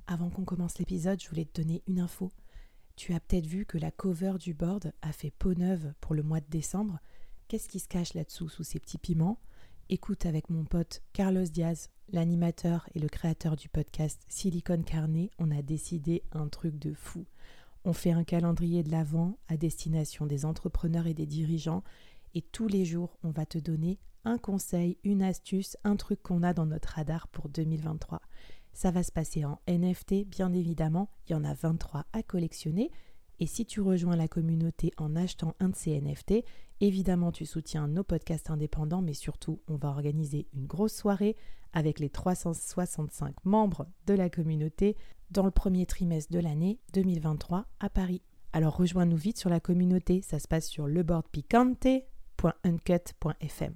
Avant qu'on commence l'épisode, je voulais te donner une info. Tu as peut-être vu que la cover du board a fait peau neuve pour le mois de décembre. Qu'est-ce qui se cache là-dessous, sous ces petits piments ? Écoute avec mon pote Carlos Diaz, l'animateur et le créateur du podcast Silicon Carnet, on a décidé un truc de fou. On fait un calendrier de l'Avent à destination des entrepreneurs et des dirigeants et tous les jours, on va te donner un conseil, une astuce, un truc qu'on a dans notre radar pour 2023. Ça va se passer en NFT, bien évidemment, il y en a 23 à collectionner. Et si tu rejoins la communauté en achetant un de ces NFT, évidemment tu soutiens nos podcasts indépendants, mais surtout on va organiser une grosse soirée avec les 365 membres de la communauté dans le premier trimestre de l'année 2023 à Paris. Alors rejoins-nous vite sur la communauté, ça se passe sur leboardpicante.uncut.fm.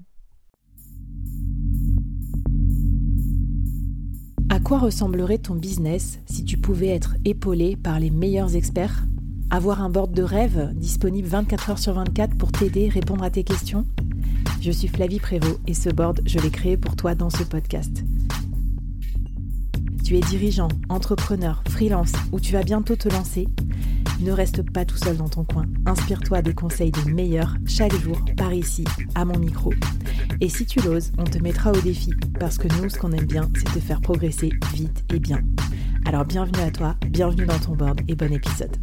À quoi ressemblerait ton business si tu pouvais être épaulé par les meilleurs experts ? Avoir un board de rêve disponible 24 heures sur 24 pour t'aider, répondre à tes questions ? Je suis Flavie Prévost et ce board, je l'ai créé pour toi dans ce podcast. Tu es dirigeant, entrepreneur, freelance ou tu vas bientôt te lancer ? Ne reste pas tout seul dans ton coin. Inspire-toi des conseils des meilleurs chaque jour par ici, à mon micro. Et si tu l'oses, on te mettra au défi parce que nous, ce qu'on aime bien, c'est te faire progresser vite et bien. Alors bienvenue à toi, bienvenue dans ton board et bon épisode.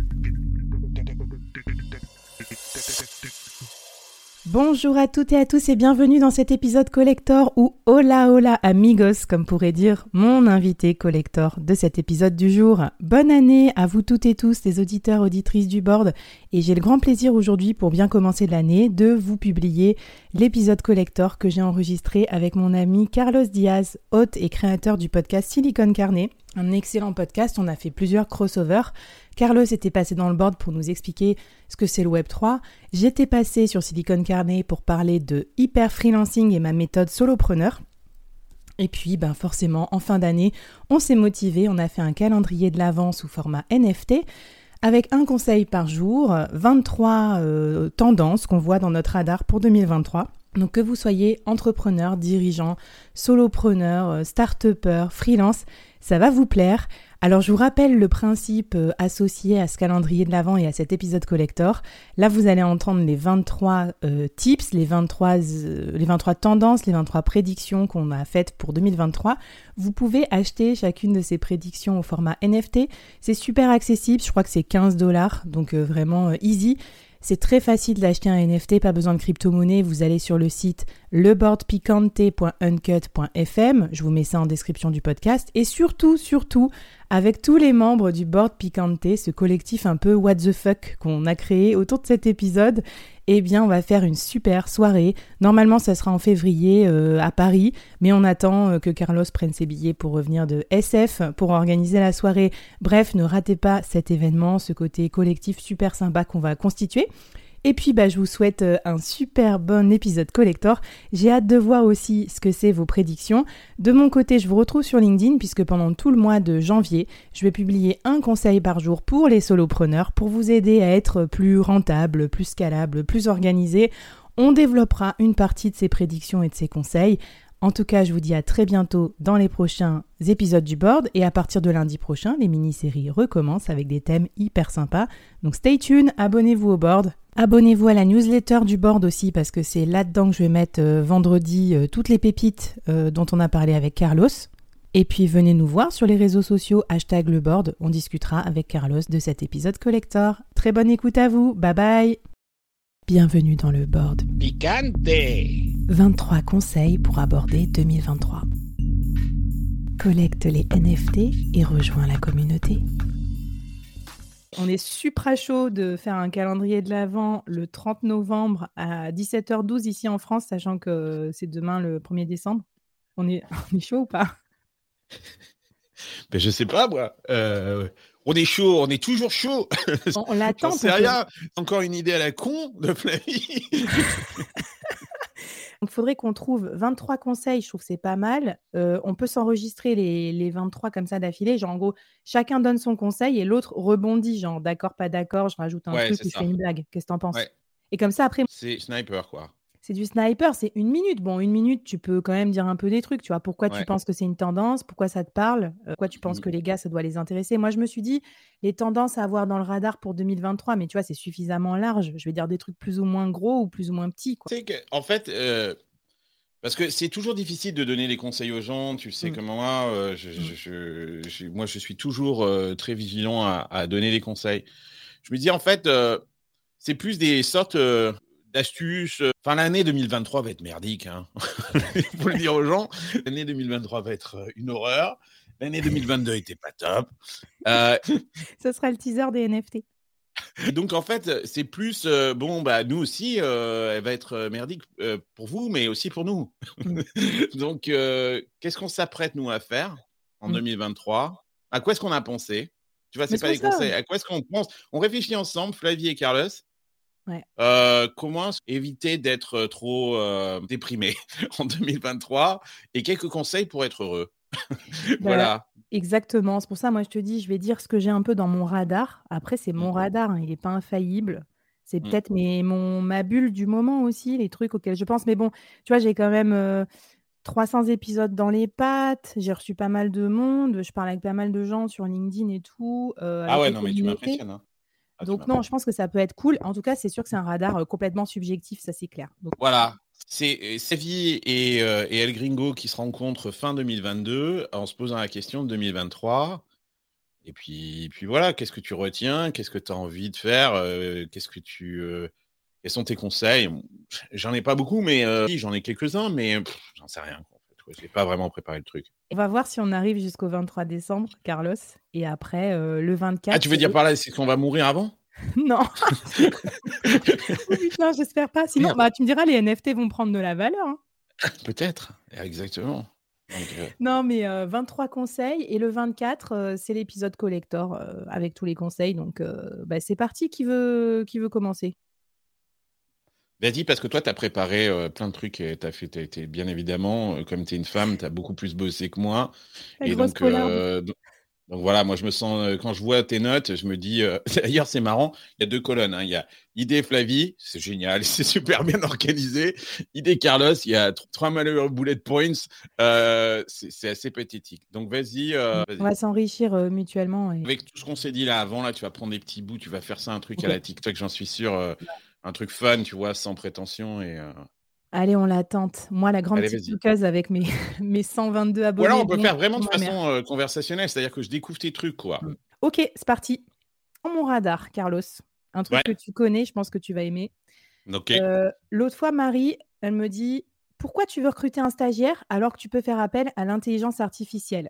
Bonjour à toutes et à tous et bienvenue dans cet épisode collector ou hola hola amigos, comme pourrait dire mon invité collector de cet épisode du jour. Bonne année à vous toutes et tous, les auditeurs, auditrices du board. Et j'ai le grand plaisir aujourd'hui, pour bien commencer l'année, de vous publier l'épisode collector que j'ai enregistré avec mon ami Carlos Diaz, hôte et créateur du podcast Silicon Carnet. Un excellent podcast, on a fait plusieurs crossovers. Carlos était passé dans le board pour nous expliquer ce que c'est le Web3. J'étais passé sur Silicon Carnet pour parler de hyper freelancing et ma méthode solopreneur. Et puis, forcément, en fin d'année, on s'est motivé, on a fait un calendrier de l'Avent sous format NFT avec un conseil par jour, 23 tendances qu'on voit dans notre radar pour 2023. Donc que vous soyez entrepreneur, dirigeant, solopreneur, start-upper, freelance, ça va vous plaire. Alors je vous rappelle le principe associé à ce calendrier de l'Avent et à cet épisode collector. Là vous allez entendre les 23 tips, les 23 tendances, les 23 prédictions qu'on a faites pour 2023. Vous pouvez acheter chacune de ces prédictions au format NFT. C'est super accessible, je crois que c'est $15, donc vraiment easy. C'est très facile d'acheter un NFT, pas besoin de crypto-monnaie. Vous allez sur le site leboardpicante.uncut.fm. Je vous mets ça en description du podcast. Et surtout, avec tous les membres du Board Picante, ce collectif un peu what the fuck qu'on a créé autour de cet épisode, eh bien, on va faire une super soirée. Normalement, ça sera en février à Paris, mais on attend que Carlos prenne ses billets pour revenir de SF pour organiser la soirée. Bref, ne ratez pas cet événement, ce côté collectif super sympa qu'on va constituer. Et puis, je vous souhaite un super bon épisode collector. J'ai hâte de voir aussi ce que c'est vos prédictions. De mon côté, je vous retrouve sur LinkedIn puisque pendant tout le mois de janvier, je vais publier un conseil par jour pour les solopreneurs pour vous aider à être plus rentable, plus scalable, plus organisé. On développera une partie de ces prédictions et de ces conseils. En tout cas, je vous dis à très bientôt dans les prochains épisodes du board et à partir de lundi prochain, les mini-séries recommencent avec des thèmes hyper sympas. Donc stay tuned, abonnez-vous au board. Abonnez-vous à la newsletter du board aussi parce que c'est là-dedans que je vais mettre vendredi toutes les pépites dont on a parlé avec Carlos. Et puis venez nous voir sur les réseaux sociaux, #leboard, on discutera avec Carlos de cet épisode collector. Très bonne écoute à vous, bye bye. Bienvenue dans le board. Picante. 23 conseils pour aborder 2023. Collecte les NFT et rejoins la communauté. On est super chaud de faire un calendrier de l'Avent le 30 novembre à 17h12 ici en France, sachant que c'est demain le 1er décembre. On est chaud ou pas ? Je sais pas, moi. On est chaud, on est toujours chaud. On l'attend. J'en sais rien. Encore une idée à la con de Flavie. Donc, il faudrait qu'on trouve 23 conseils, je trouve que c'est pas mal. On peut s'enregistrer les 23 comme ça d'affilée. Genre, en gros, chacun donne son conseil et l'autre rebondit. Genre, d'accord, pas d'accord, je rajoute un truc ou je fais une blague. Qu'est-ce que t'en penses ? Ouais. Et comme ça, après... C'est sniper, quoi. C'est du sniper, c'est 1 minute. Bon, 1 minute, tu peux quand même dire un peu des trucs, tu vois? Pourquoi tu Ouais. penses que c'est une tendance? Pourquoi ça te parle? Pourquoi tu penses Mmh. que les gars, ça doit les intéresser? Moi, je me suis dit, les tendances à avoir dans le radar pour 2023, mais tu vois, c'est suffisamment large. Je vais dire des trucs plus ou moins gros ou plus ou moins petits, quoi. Tu sais qu'en fait, parce que c'est toujours difficile de donner les conseils aux gens, tu sais Mmh. comme moi, Mmh. moi je suis toujours très vigilant à donner des conseils. Je me dis en fait, c'est plus des sortes d'astuces. Enfin, l'année 2023 va être merdique, hein. Il faut le dire aux gens. L'année 2023 va être une horreur. L'année 2022 était pas top. Euh, Ce sera le teaser des NFT. Et donc, en fait, c'est plus, bon, bah, nous aussi, elle va être merdique pour vous, mais aussi pour nous. Mmh. Donc, qu'est-ce qu'on s'apprête, nous, à faire en Mmh. 2023? À quoi est-ce qu'on a pensé? Tu vois, Mais c'est pas c'est des ça. conseils. À quoi est-ce qu'on pense? On réfléchit ensemble, Flavie et Carlos. Ouais. Comment éviter d'être trop déprimé en 2023 et quelques conseils pour être heureux. Bah, Voilà. exactement. C'est pour ça, moi, je te dis, je vais dire ce que j'ai un peu dans mon radar. Après, c'est Mmh, mon radar, hein, il est pas infaillible. C'est mmh. peut-être ma bulle du moment aussi, les trucs auxquels je pense. Mais bon, tu vois, j'ai quand même 300 épisodes dans les pattes. J'ai reçu pas mal de monde. Je parle avec pas mal de gens sur LinkedIn et tout, Ah avec ouais, les non, mais tu communautés. m'impressionnes, hein. Ah, tu Donc non, je m'impressionnes. pense que ça peut être cool. En tout cas, c'est sûr que c'est un radar complètement subjectif, ça c'est clair. Donc, Voilà, c'est Séville et El Gringo qui se rencontrent fin 2022 en se posant la question de 2023. Et puis voilà, qu'est-ce que tu retiens? Qu'est-ce que tu as envie de faire? Quels sont tes conseils? J'en ai pas beaucoup, mais si, j'en ai quelques-uns, mais j'en sais rien, quoi, en fait. Ouais, j'ai pas vraiment préparé le truc. on va voir si on arrive jusqu'au 23 décembre, Carlos. Et après, le Ah, 24, tu veux dire par là, c'est qu'on va mourir avant? non, oh putain, j'espère pas. Sinon, Merde, bah, tu me diras, les NFT vont prendre de la valeur, hein. peut-être. Exactement. Donc, Non, mais 23 conseils et le 24, c'est l'épisode collector, avec tous les conseils. Donc, bah, c'est parti. Qui veut commencer? vas-y, parce que toi, tu as préparé plein de trucs et t'as été, bien évidemment, comme tu es une femme, tu as beaucoup plus bossé que moi. La Et grosse polarde. donc voilà, moi, je me sens, quand je vois tes notes, je me dis, d'ailleurs, c'est marrant, il y a 2 colonnes, hein. Il y a idée Flavie, c'est génial, c'est super bien organisé. Idée Carlos, il y a 3 malheureux bullet points, c'est assez pathétique. Donc vas-y, On vas-y. va s'enrichir, mutuellement et Avec tout ce qu'on s'est dit là avant, là, tu vas prendre des petits bouts, tu vas faire ça, un truc à OK. la TikTok, j'en suis sûr, un truc fun, tu vois, sans prétention et Allez, on la tente. Moi, la grande allez, vas-y. tiktokeuse avec mes mes 122 Ou alors abonnés, on peut dont faire vraiment de ma mère. façon, conversationnelle, c'est-à-dire que je découvre tes trucs, quoi. OK, c'est parti. Dans mon radar, Carlos, un truc Ouais, que tu connais, je pense que tu vas aimer. OK. L'autre fois, Marie, elle me dit: «Pourquoi tu veux recruter un stagiaire alors que tu peux faire appel à l'intelligence artificielle?»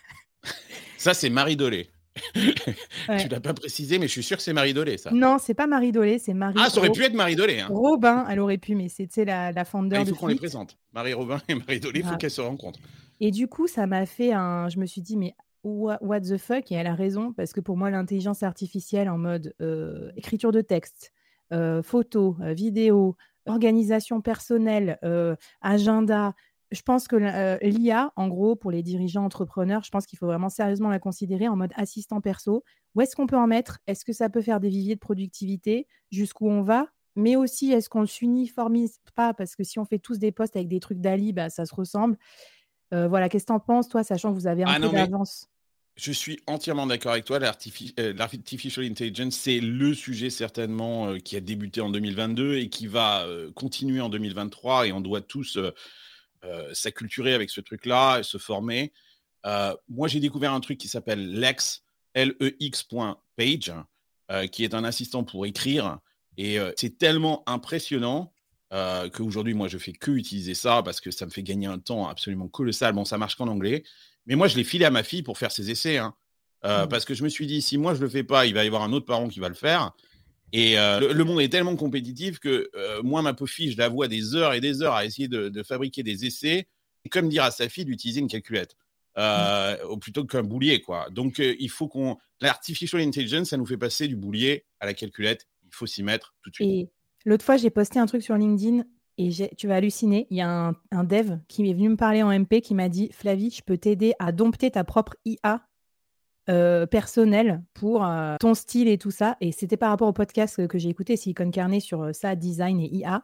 Ça, c'est Marie Dolé. Tu Ouais. l'as pas précisé, mais je suis sûr que c'est Marie Dolé, ça. Non, c'est pas Marie Dolé, c'est Ah, Marie ça aurait pu être Marie Dolé, hein. Robin, elle aurait pu, mais c'est, tu sais, la Ah, founder il de faut qu'on les Fleet. présente. Marie Robin et Marie Dolé, il faut Grave. qu'elles se rencontrent. Et du coup, ça m'a fait un je me suis dit: «Mais what the fuck?» Et elle a raison parce que pour moi, l'intelligence artificielle en mode, écriture de texte, photos, vidéos, organisation personnelle, agenda, je pense que l'IA, en gros, pour les dirigeants entrepreneurs, je pense qu'il faut vraiment sérieusement la considérer en mode assistant perso. Où est-ce qu'on peut en mettre? Est-ce que ça peut faire des viviers de productivité? Jusqu'où on va? Mais aussi, est-ce qu'on ne s'uniformise pas? Parce que si on fait tous des posts avec des trucs d'Ali, bah, ça se ressemble. Voilà, qu'est-ce que tu en penses, toi, sachant que vous avez un Ah peu non, mais d'avance? je suis entièrement d'accord avec toi. L'artificial intelligence, c'est le sujet certainement qui a débuté en 2022 et qui va continuer en 2023 et on doit tous s'acculturer avec ce truc-là et se former. Moi, j'ai découvert un truc qui s'appelle Lex, Lex.page, qui est un assistant pour écrire. Et c'est tellement impressionnant qu'aujourd'hui, moi, je fais que utiliser ça parce que ça me fait gagner un temps absolument colossal. Bon, ça marche qu'en anglais. Mais moi, je l'ai filé à ma fille pour faire ses essais, hein. Mmh. Parce que je me suis dit, si moi, je le fais pas, il va y avoir un autre parent qui va le faire. Et le monde est tellement compétitif que moi, ma pauvre fille, je la vois des heures et des heures à essayer de fabriquer des essais. Et comme dire à sa fille d'utiliser une calculette Mmh. plutôt qu'un boulier, quoi. Donc, il faut qu'on. L'artificial intelligence, ça nous fait passer du boulier à la calculette. Il faut s'y mettre tout de suite. Et l'autre fois, j'ai posté un truc sur LinkedIn et tu vas halluciner. Il y a un dev qui est venu me parler en MP qui m'a dit: «Flavie, je peux t'aider à dompter ta propre IA, personnelle pour, ton style et tout ça». Et c'était par rapport au podcast que j'ai écouté, Silicon Carnet, sur ça, design et IA.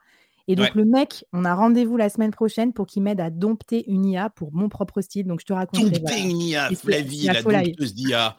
Et donc, Ouais. le mec, on a rendez-vous la semaine prochaine pour qu'il m'aide à dompter une IA pour mon propre style. Donc, je te raconterai, Dompter voilà. une IA, Et c'est Flavie, la la folie. dompteuse d'IA.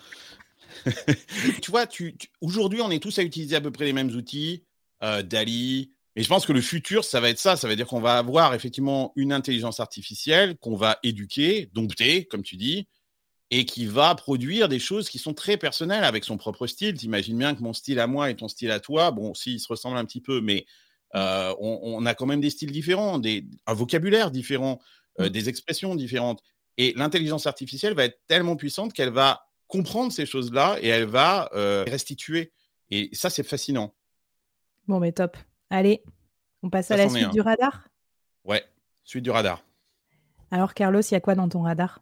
Tu vois, aujourd'hui, on est tous à utiliser à peu près les mêmes outils, DALL-E. Mais je pense que le futur, ça va être ça. Ça veut dire qu'on va avoir effectivement une intelligence artificielle qu'on va éduquer, dompter, comme tu dis, et qui va produire des choses qui sont très personnelles avec son propre style. T'imagines bien que mon style à moi et ton style à toi, bon, si, ils se ressemblent un petit peu, mais on a quand même des styles différents, un vocabulaire différent, des expressions différentes. Et l'intelligence artificielle va être tellement puissante qu'elle va comprendre ces choses-là et elle va restituer. Et ça, c'est fascinant. Bon, mais top. Allez, on passe à Ça, la c'en est suite un. du radar. Ouais, suite du radar. Alors, Carlos, il y a quoi dans ton radar?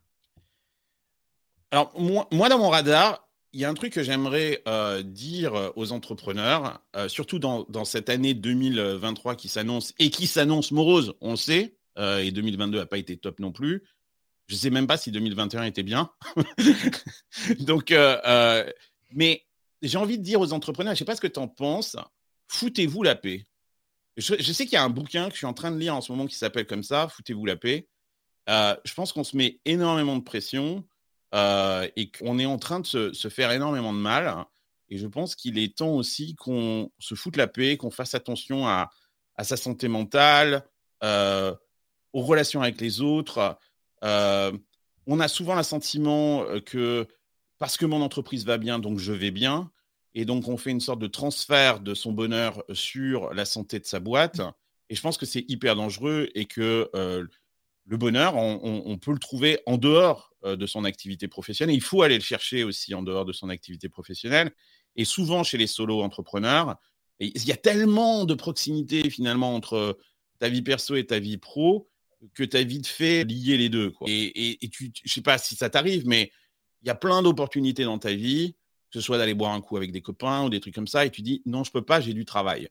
Alors, moi, dans mon radar, il y a un truc que j'aimerais dire aux entrepreneurs, surtout dans cette année 2023 qui s'annonce et qui s'annonce morose, on le sait, et 2022 n'a pas été top non plus. Je ne sais même pas si 2021 était bien. Donc, mais j'ai envie de dire aux entrepreneurs, je ne sais pas ce que tu en penses, foutez-vous la paix. Je sais qu'il y a un bouquin que je suis en train de lire en ce moment qui s'appelle comme ça, Foutez-vous la paix. Je pense qu'on se met énormément de pression et qu'on est en train de se faire énormément de mal. Et je pense qu'il est temps aussi qu'on se foute la paix, qu'on fasse attention à sa santé mentale, aux relations avec les autres. On a souvent le sentiment que parce que mon entreprise va bien, donc je vais bien. Et donc, on fait une sorte de transfert de son bonheur sur la santé de sa boîte. Et je pense que c'est hyper dangereux et que le bonheur, on peut le trouver en dehors de son activité professionnelle. Il faut aller le chercher aussi en dehors de son activité professionnelle. Et souvent, chez les solo-entrepreneurs, il y a tellement de proximité finalement entre ta vie perso et ta vie pro que tu as vite fait lier les deux, quoi. Et je ne sais pas si ça t'arrive, mais il y a plein d'opportunités dans ta vie, que ce soit d'aller boire un coup avec des copains ou des trucs comme ça, et tu dis non, je ne peux pas, j'ai du travail.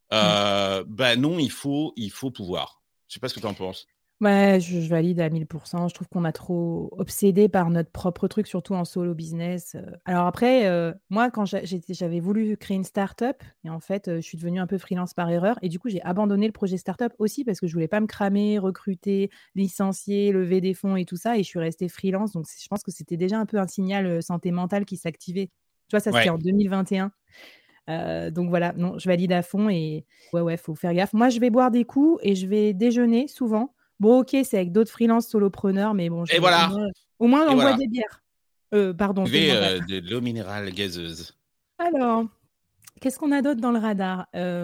Ben non, il faut pouvoir. Je ne sais pas ce que tu en penses. Ouais, je valide à 1000%. Je trouve qu'on a trop obsédé par notre propre truc, surtout en solo business. Alors après, moi, quand j'avais voulu créer une start-up, et en fait, je suis devenue un peu freelance par erreur. Et du coup, j'ai abandonné le projet start-up aussi parce que je voulais pas me cramer, recruter, licencier, lever des fonds et tout ça. Et je suis restée freelance. Donc, je pense que c'était déjà un peu un signal santé mentale qui s'activait. Tu vois, ça, c'était Ouais. en 2021. Donc voilà, non, je valide à fond et ouais, faut faire gaffe. Moi, je vais boire des coups et je vais déjeuner souvent. Bon, ok, c'est avec d'autres freelance solopreneurs, mais bon, Et au voilà. moins, au moins, Et on boit voilà. des bières. Pardon, je Buvez deviendrai. de l'eau minérale gazeuse. Alors, qu'est-ce qu'on a d'autre dans le radar?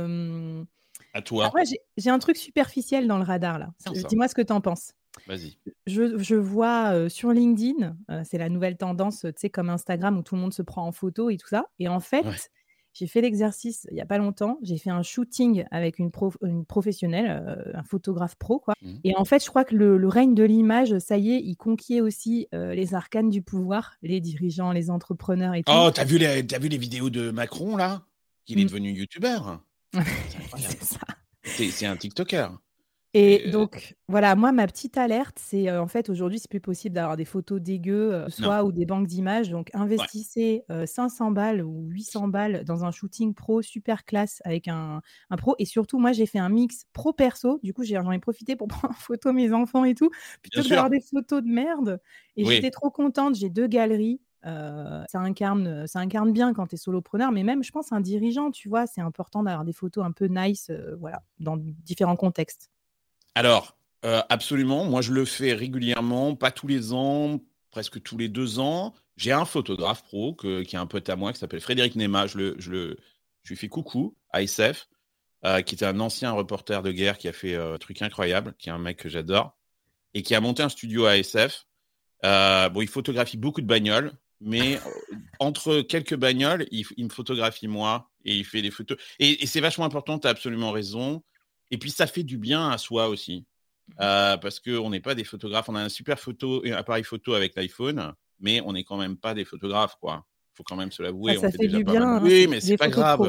À Ah, toi. moi, j'ai un truc superficiel dans le radar, là. Tiens ça. Dis-moi ce que tu en penses. Vas-y. Je vois sur LinkedIn, c'est la nouvelle tendance, tu sais, comme Instagram où tout le monde se prend en photo et tout ça. Et en Ouais. fait, j'ai fait l'exercice il n'y a pas longtemps. J'ai fait un shooting avec une professionnelle, un photographe pro, quoi. Mhm. Et en fait, je crois que le règne de l'image, ça y est, il conquiert aussi les arcanes du pouvoir, les dirigeants, les entrepreneurs et tout. Oh, t'as vu les vidéos de Macron, là? Il est Mm. devenu youtubeur. C'est incroyable. C'est ça. C'est un TikToker. Et C'est, donc, voilà, moi, ma petite alerte, c'est en fait, aujourd'hui, c'est plus possible d'avoir des photos dégueu, non. soit ou des banques d'images. Donc, Ouais. investissez 500 balles ou 800 balles dans un shooting pro super classe avec un pro. Et surtout, moi, j'ai fait un mix pro-perso. Du coup, j'en ai profité pour prendre en photo mes enfants et tout, Bien plutôt que sûr. d'avoir des photos de merde. Et j'étais Oui. trop contente. J'ai 2 galeries. Ça incarne bien quand tu es solopreneur, mais même, je pense, un dirigeant, tu vois, c'est important d'avoir des photos un peu nice, voilà, dans différents contextes. Alors, absolument. Moi, je le fais régulièrement, pas tous les ans, presque tous les 2 ans. J'ai un photographe pro qui est un pote à moi qui s'appelle Frédéric Nema. Je lui fais coucou à SF, qui était un ancien reporter de guerre qui a fait un truc incroyable, qui est un mec que j'adore, et qui a monté un studio à SF. Bon, il photographie beaucoup de bagnoles, mais entre quelques bagnoles, il me photographie moi et il fait des photos. Et c'est vachement important, tu as absolument raison. Et puis, ça fait du bien à soi aussi. Parce qu'on n'est pas des photographes. On a un super appareil photo avec l'iPhone, mais on n'est quand même pas des photographes, quoi. Il faut quand même se Bah, l'avouer, on ça fait fait déjà du pas bien, mal. hein, Oui, c'est mais c'est des pas photos grave. pro.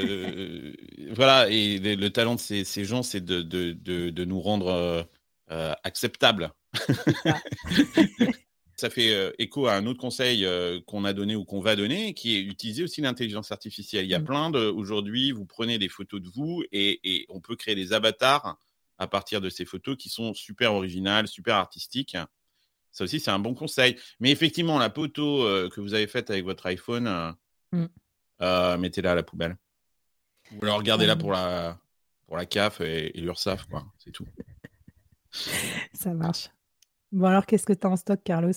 Voilà, et le talent de ces gens, c'est de nous rendre acceptables. C'est ça. Ça fait écho à un autre conseil qu'on a donné ou qu'on va donner, qui est utiliser aussi l'intelligence artificielle. Il y a plein de... Aujourd'hui, vous prenez des photos de vous et on peut créer des avatars à partir de ces photos qui sont super originales, super artistiques. Ça aussi, c'est un bon conseil. Mais effectivement, la photo que vous avez faite avec votre iPhone, mettez-la à la poubelle. Ou alors gardez-la pour la CAF et l'URSSAF, quoi. C'est tout. Ça marche. Bon, alors, qu'est-ce que tu as en stock, Carlos?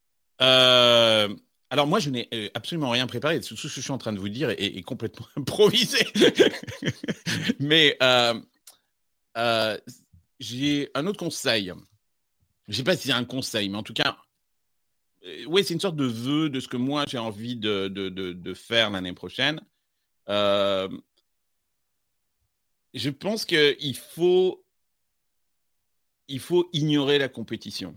Alors moi, je n'ai absolument rien préparé. Tout ce que je suis en train de vous dire est complètement improvisé. Mais j'ai un autre conseil. Je ne sais pas si c'est un conseil, mais en tout cas, oui, c'est une sorte de vœu de ce que moi, j'ai envie de faire l'année prochaine. Je pense qu'il faut ignorer la compétition.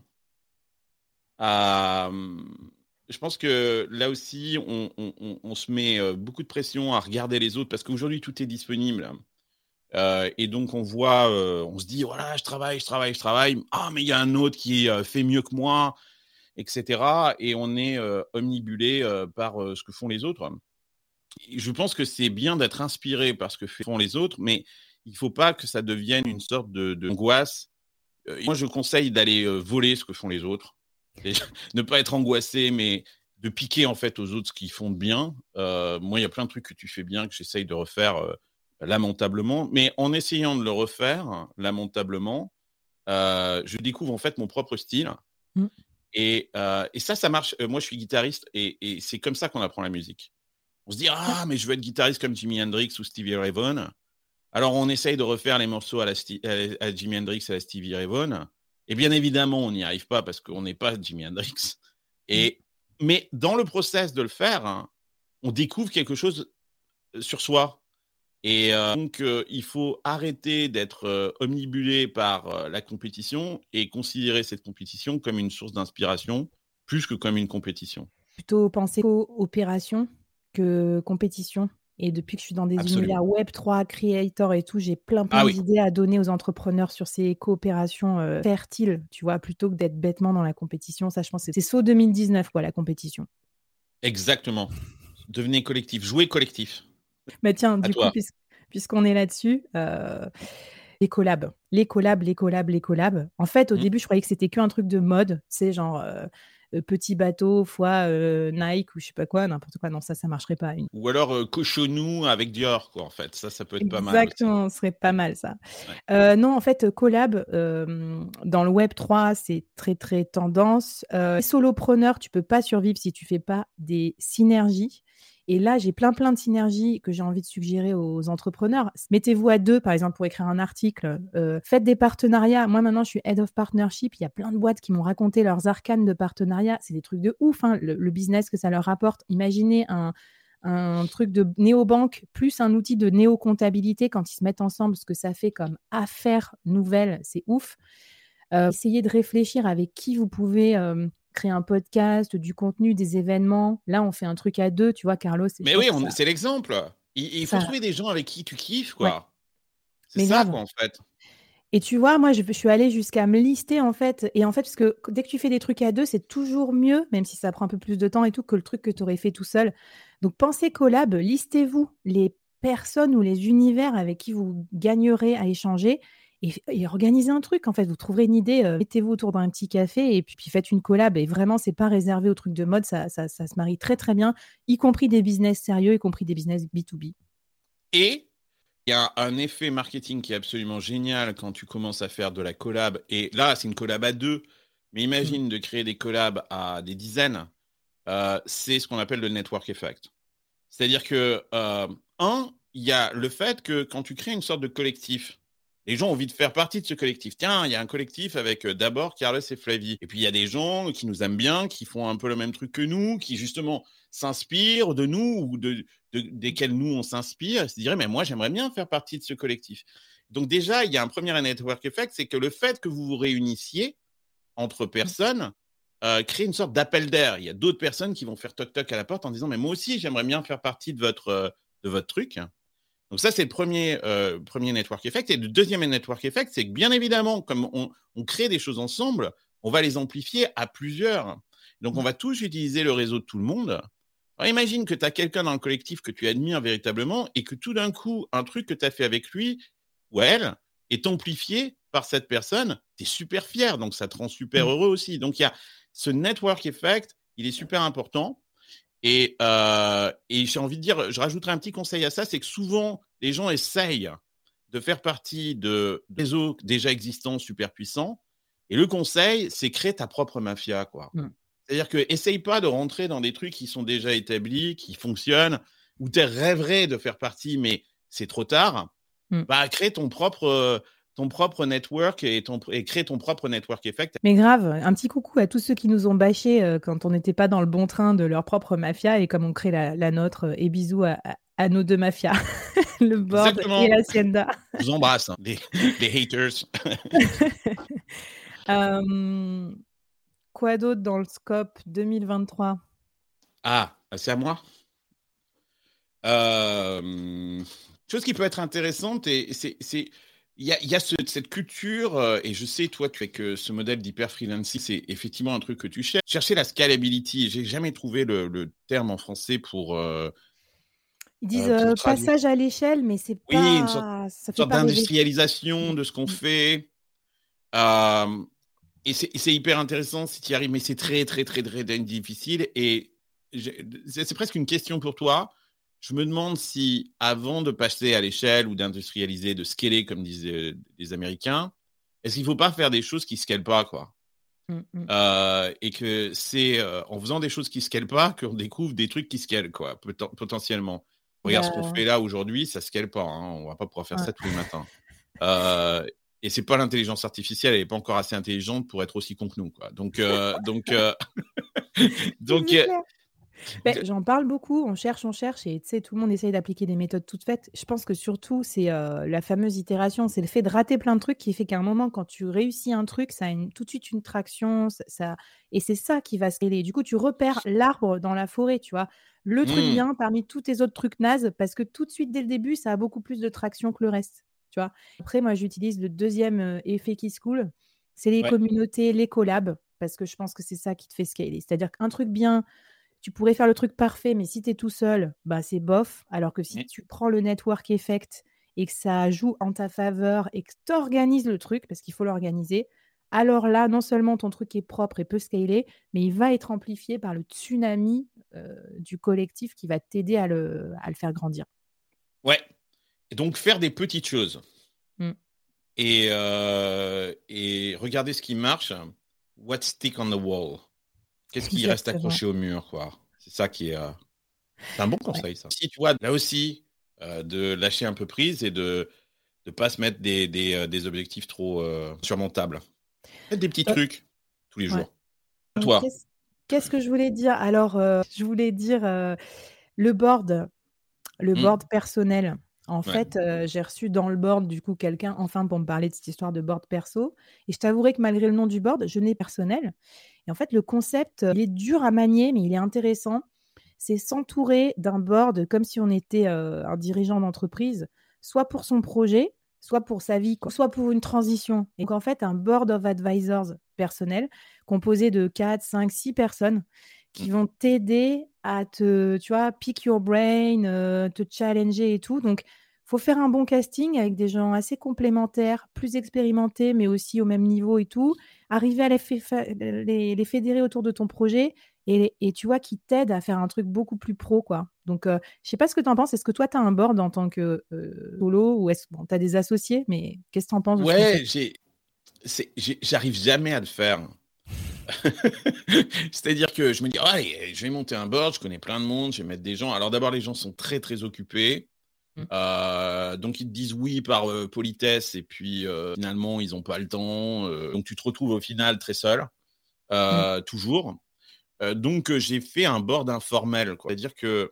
Je pense que là aussi, on se met beaucoup de pression à regarder les autres parce qu'aujourd'hui, tout est disponible. Et donc, on voit, on se dit, voilà, je travaille. Ah, mais il y a un autre qui fait mieux que moi, etc. Et on est omnibulé par ce que font les autres. Et je pense que c'est bien d'être inspiré par ce que font les autres, mais il ne faut pas que ça devienne une sorte d'angoisse. Moi, je conseille d'aller voler ce que font les autres. Et ne pas être angoissé, mais de piquer en fait aux autres ce qu'ils font de bien. Moi, il y a plein de trucs que tu fais bien que j'essaye de refaire lamentablement, mais en essayant de le refaire lamentablement, je découvre en fait mon propre style. Et ça marche. Moi, je suis guitariste et c'est comme ça qu'on apprend la musique. On se dit mais je veux être guitariste comme Jimi Hendrix ou Stevie Ray Vaughan. Alors, on essaye de refaire les morceaux à Jimi Hendrix, à la Stevie Ray Vaughan. Et bien évidemment, on n'y arrive pas parce qu'on n'est pas Jimi Hendrix. Mais dans le process de le faire, on découvre quelque chose sur soi. Et donc, il faut arrêter d'être omnibulé par la compétition et considérer cette compétition comme une source d'inspiration plus que comme une compétition. Plutôt penser coopération que compétition. Et depuis que je suis dans des univers Web3, Creator et tout, j'ai plein d'idées à donner aux entrepreneurs sur ces coopérations fertiles, tu vois, plutôt que d'être bêtement dans la compétition. Ça, je pense que c'est saut 2019, quoi, la compétition. Exactement. Devenez collectif, jouez collectif. Mais tiens, du coup, puisqu'on est là-dessus, les collabs. En fait, au début, je croyais que c'était qu'un truc de mode, c'est genre... petit bateau fois Nike ou je sais pas quoi, n'importe quoi. Non, ça marcherait pas. Ou alors cochonou avec Dior, quoi, en fait. Ça peut être pas mal. Exactement, ce serait pas mal, ça. Ouais. Non, en fait, collab, dans le Web3, c'est très, très tendance. Solopreneur, tu peux pas survivre si tu fais pas des synergies. Et là, j'ai plein de synergies que j'ai envie de suggérer aux entrepreneurs. Mettez-vous à deux, par exemple, pour écrire un article. Faites des partenariats. Moi, maintenant, je suis Head of Partnership. Il y a plein de boîtes qui m'ont raconté leurs arcanes de partenariat. C'est des trucs de ouf, hein, le business que ça leur rapporte. Imaginez un truc de néobanque plus un outil de néo-comptabilité quand ils se mettent ensemble, ce que ça fait comme affaire nouvelle, c'est ouf. Essayez de réfléchir avec qui vous pouvez... créer un podcast, du contenu, des événements. Là, on fait un truc à deux, tu vois, Carlos. Mais oui, c'est l'exemple. Il faut trouver des gens avec qui tu kiffes, quoi. Ouais. C'est ça, quoi, en fait. Et tu vois, moi, je suis allée jusqu'à me lister, en fait. Et en fait, parce que dès que tu fais des trucs à deux, c'est toujours mieux, même si ça prend un peu plus de temps et tout, que le truc que tu aurais fait tout seul. Donc, pensez collab, listez-vous les personnes ou les univers avec qui vous gagnerez à échanger. Et organisez un truc, en fait. Vous trouverez une idée, mettez-vous autour d'un petit café et puis faites une collab. Et vraiment, c'est pas réservé aux trucs de mode. Ça se marie très, très bien, y compris des business sérieux, y compris des business B2B. Et il y a un effet marketing qui est absolument génial quand tu commences à faire de la collab. Et là, c'est une collab à deux. Mais imagine de créer des collabs à des dizaines. C'est ce qu'on appelle le network effect. C'est-à-dire que, il y a le fait que quand tu crées une sorte de collectif, les gens ont envie de faire partie de ce collectif. Tiens, il y a un collectif avec d'abord Carlos et Flavie. Et puis, il y a des gens qui nous aiment bien, qui font un peu le même truc que nous, qui justement s'inspirent de nous ou desquels nous, on s'inspire et se diraient, mais moi, j'aimerais bien faire partie de ce collectif. Donc déjà, il y a un premier network effect, c'est que le fait que vous vous réunissiez entre personnes crée une sorte d'appel d'air. Il y a d'autres personnes qui vont faire toc-toc à la porte en disant, mais moi aussi, j'aimerais bien faire partie de votre truc. Donc ça, c'est le premier network effect. Et le deuxième network effect, c'est que bien évidemment, comme on crée des choses ensemble, on va les amplifier à plusieurs. Donc, on va tous utiliser le réseau de tout le monde. Alors, imagine que tu as quelqu'un dans le collectif que tu admires véritablement et que tout d'un coup, un truc que tu as fait avec lui ou elle est amplifié par cette personne. Tu es super fier, donc ça te rend super heureux aussi. Donc, il y a ce network effect, il est super important. Et j'ai envie de dire, je rajouterai un petit conseil à ça, c'est que souvent, les gens essayent de faire partie de réseaux déjà existants, super puissants. Et le conseil, c'est créer ta propre mafia, quoi. C'est-à-dire que essaye pas de rentrer dans des trucs qui sont déjà établis, qui fonctionnent, où tu rêverais de faire partie, mais c'est trop tard. Bah, crée ton propre network et crée ton propre network effect. Mais grave, un petit coucou à tous ceux qui nous ont bâchés quand on n'était pas dans le bon train de leur propre mafia et comme on crée la nôtre. Et bisous à nos deux mafias, le board Exactement. et l'hacienda. Je vous embrasse, hein, les haters. Quoi d'autre dans le scope 2023? Ah, c'est à moi. Chose qui peut être intéressante, et il y a cette culture, et je sais, toi, que ce modèle d'hyper freelancing, c'est effectivement un truc que tu cherches. Chercher la scalability. J'ai jamais trouvé le terme en français pour. Ils disent pour traduire. passage à l'échelle, mais c'est Oui, pas. une sorte d'industrialisation de ce qu'on fait. Et c'est hyper intéressant si tu y arrives, mais c'est très, très, très, très, très difficile. Et c'est presque une question pour toi. Je me demande si, avant de passer à l'échelle ou d'industrialiser, de scaler, comme disaient les Américains, est-ce qu'il ne faut pas faire des choses qui ne scalent pas, quoi. Et que c'est en faisant des choses qui ne scalent pas qu'on découvre des trucs qui scalent, quoi, potentiellement. Regarde ce qu'on fait là aujourd'hui, ça ne scale pas. Hein, on ne va pas pouvoir faire ça tous les matins. Et c'est pas l'intelligence artificielle, elle n'est pas encore assez intelligente pour être aussi con que nous, quoi. Donc, j'en parle beaucoup, on cherche, et tu sais, tout le monde essaye d'appliquer des méthodes toutes faites. Je pense que surtout, c'est la fameuse itération, c'est le fait de rater plein de trucs qui fait qu'à un moment, quand tu réussis un truc, ça a tout de suite une traction, et c'est ça qui va scaler. Du coup, tu repères l'arbre dans la forêt, tu vois, le truc bien parmi tous tes autres trucs nazes, parce que tout de suite, dès le début, ça a beaucoup plus de traction que le reste, tu vois. Après, moi, j'utilise le deuxième effet qui se coule, c'est les communautés, les collabs, parce que je pense que c'est ça qui te fait scaler. C'est-à-dire qu'un truc bien, tu pourrais faire le truc parfait, mais si tu es tout seul, bah, c'est bof. Alors que si tu prends le network effect et que ça joue en ta faveur et que tu organises le truc, parce qu'il faut l'organiser, alors là, non seulement ton truc est propre et peut scaler, mais il va être amplifié par le tsunami du collectif qui va t'aider à le faire grandir. Ouais. Et donc, faire des petites choses. Et regarder ce qui marche. What stick on the wall? Qu'est-ce qui reste accroché au mur, quoi? C'est ça qui est. C'est un bon conseil, ça. Si tu vois, là aussi, de lâcher un peu prise et de ne pas se mettre des objectifs trop surmontables. Faites des petits trucs tous les jours. Toi. Qu'est-ce que je voulais dire? Alors, je voulais dire le board personnel. En fait, j'ai reçu dans le board, du coup, quelqu'un, enfin, pour me parler de cette histoire de board perso. Et je t'avouerai que malgré le nom du board, je n'ai personnel. Et en fait, le concept, il est dur à manier, mais il est intéressant. C'est s'entourer d'un board comme si on était un dirigeant d'entreprise, soit pour son projet, soit pour sa vie, soit pour une transition. Et donc, en fait, un board of advisors personnel composé de 4, 5, 6 personnes qui vont t'aider à te, tu vois, pick your brain, te challenger et tout. Donc, il faut faire un bon casting avec des gens assez complémentaires, plus expérimentés, mais aussi au même niveau et tout. Arriver à les fédérer autour de ton projet et tu vois, qui t'aident à faire un truc beaucoup plus pro, quoi. Donc, je ne sais pas ce que tu en penses. Est-ce que toi, tu as un board en tant que solo ou est-ce que tu as des associés? Mais qu'est-ce que tu en penses? Ouais, j'arrive jamais à le faire. C'est-à-dire que je me dis, allez, je vais monter un board, je connais plein de monde, je vais mettre des gens. Alors d'abord, les gens sont très, très occupés. Donc ils te disent oui par politesse et puis finalement, ils n'ont pas le temps. Donc tu te retrouves au final très seul, toujours. Donc j'ai fait un board informel, quoi. C'est-à-dire que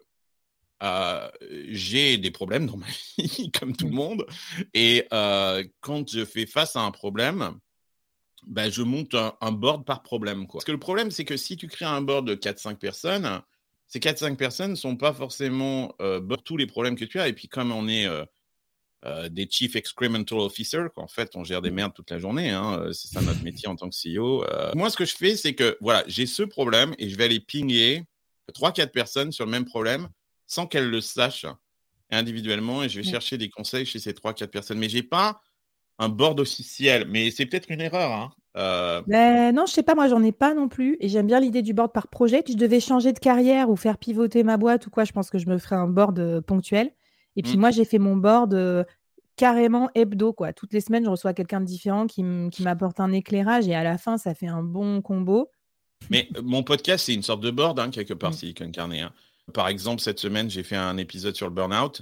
j'ai des problèmes dans ma vie, comme tout le monde. Et quand je fais face à un problème, ben, je monte un board par problème, quoi. Parce que le problème, c'est que si tu crées un board de 4-5 personnes, ces 4-5 personnes ne sont pas forcément tous les problèmes que tu as. Et puis, comme on est des Chief Excremental Officer. En fait, on gère des merdes toute la journée. Hein. C'est ça notre métier en tant que CEO. Moi, ce que je fais, c'est que voilà, j'ai ce problème et je vais aller pinguer 3-4 personnes sur le même problème sans qu'elles le sachent individuellement et je vais chercher des conseils chez ces 3-4 personnes. Mais j'ai pas un board officiel. Mais c'est peut-être une erreur. Hein. Non, je sais pas, moi j'en ai pas non plus et j'aime bien l'idée du board par projet. Si je devais changer de carrière ou faire pivoter ma boîte ou quoi, je pense que je me ferais un board ponctuel. Et puis moi j'ai fait mon board carrément hebdo, quoi. Toutes les semaines je reçois quelqu'un de différent qui m'apporte un éclairage et à la fin ça fait un bon combo. Mais mon podcast c'est une sorte de board quelque part, Silicon Carnet. Hein. Par exemple, cette semaine j'ai fait un épisode sur le burn-out.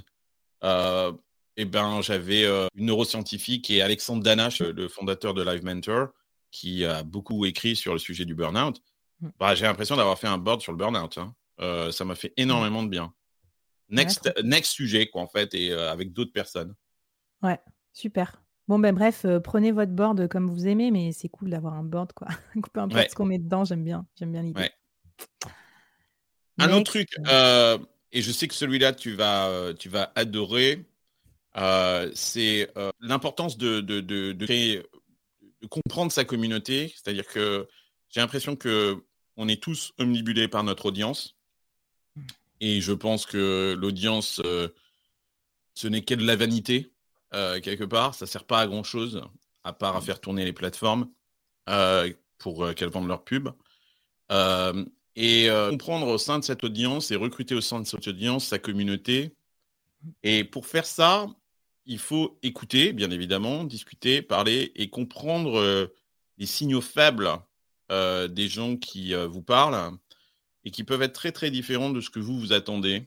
J'avais une neuroscientifique et Alexandre Danache, le fondateur de Live Mentor, qui a beaucoup écrit sur le sujet du burn-out. J'ai l'impression d'avoir fait un board sur le burn-out. Hein. Ça m'a fait énormément de bien. Next sujet, quoi, en fait, et avec d'autres personnes. Ouais, super. Bon, bref, prenez votre board comme vous aimez, mais c'est cool d'avoir un board, quoi. Peu importe ce qu'on met dedans, j'aime bien l'idée. Ouais. Un autre truc, et je sais que celui-là, tu vas adorer, c'est l'importance de créer, de comprendre sa communauté. C'est-à-dire que j'ai l'impression qu'on est tous omnibulés par notre audience. Et je pense que l'audience, ce n'est que de la vanité, quelque part. Ça ne sert pas à grand-chose, à part à faire tourner les plateformes pour qu'elles vendent leurs pubs. Comprendre au sein de cette audience et recruter au sein de cette audience sa communauté. Et pour faire ça, il faut écouter, bien évidemment, discuter, parler et comprendre les signaux faibles des gens qui vous parlent et qui peuvent être très, très différents de ce que vous attendez.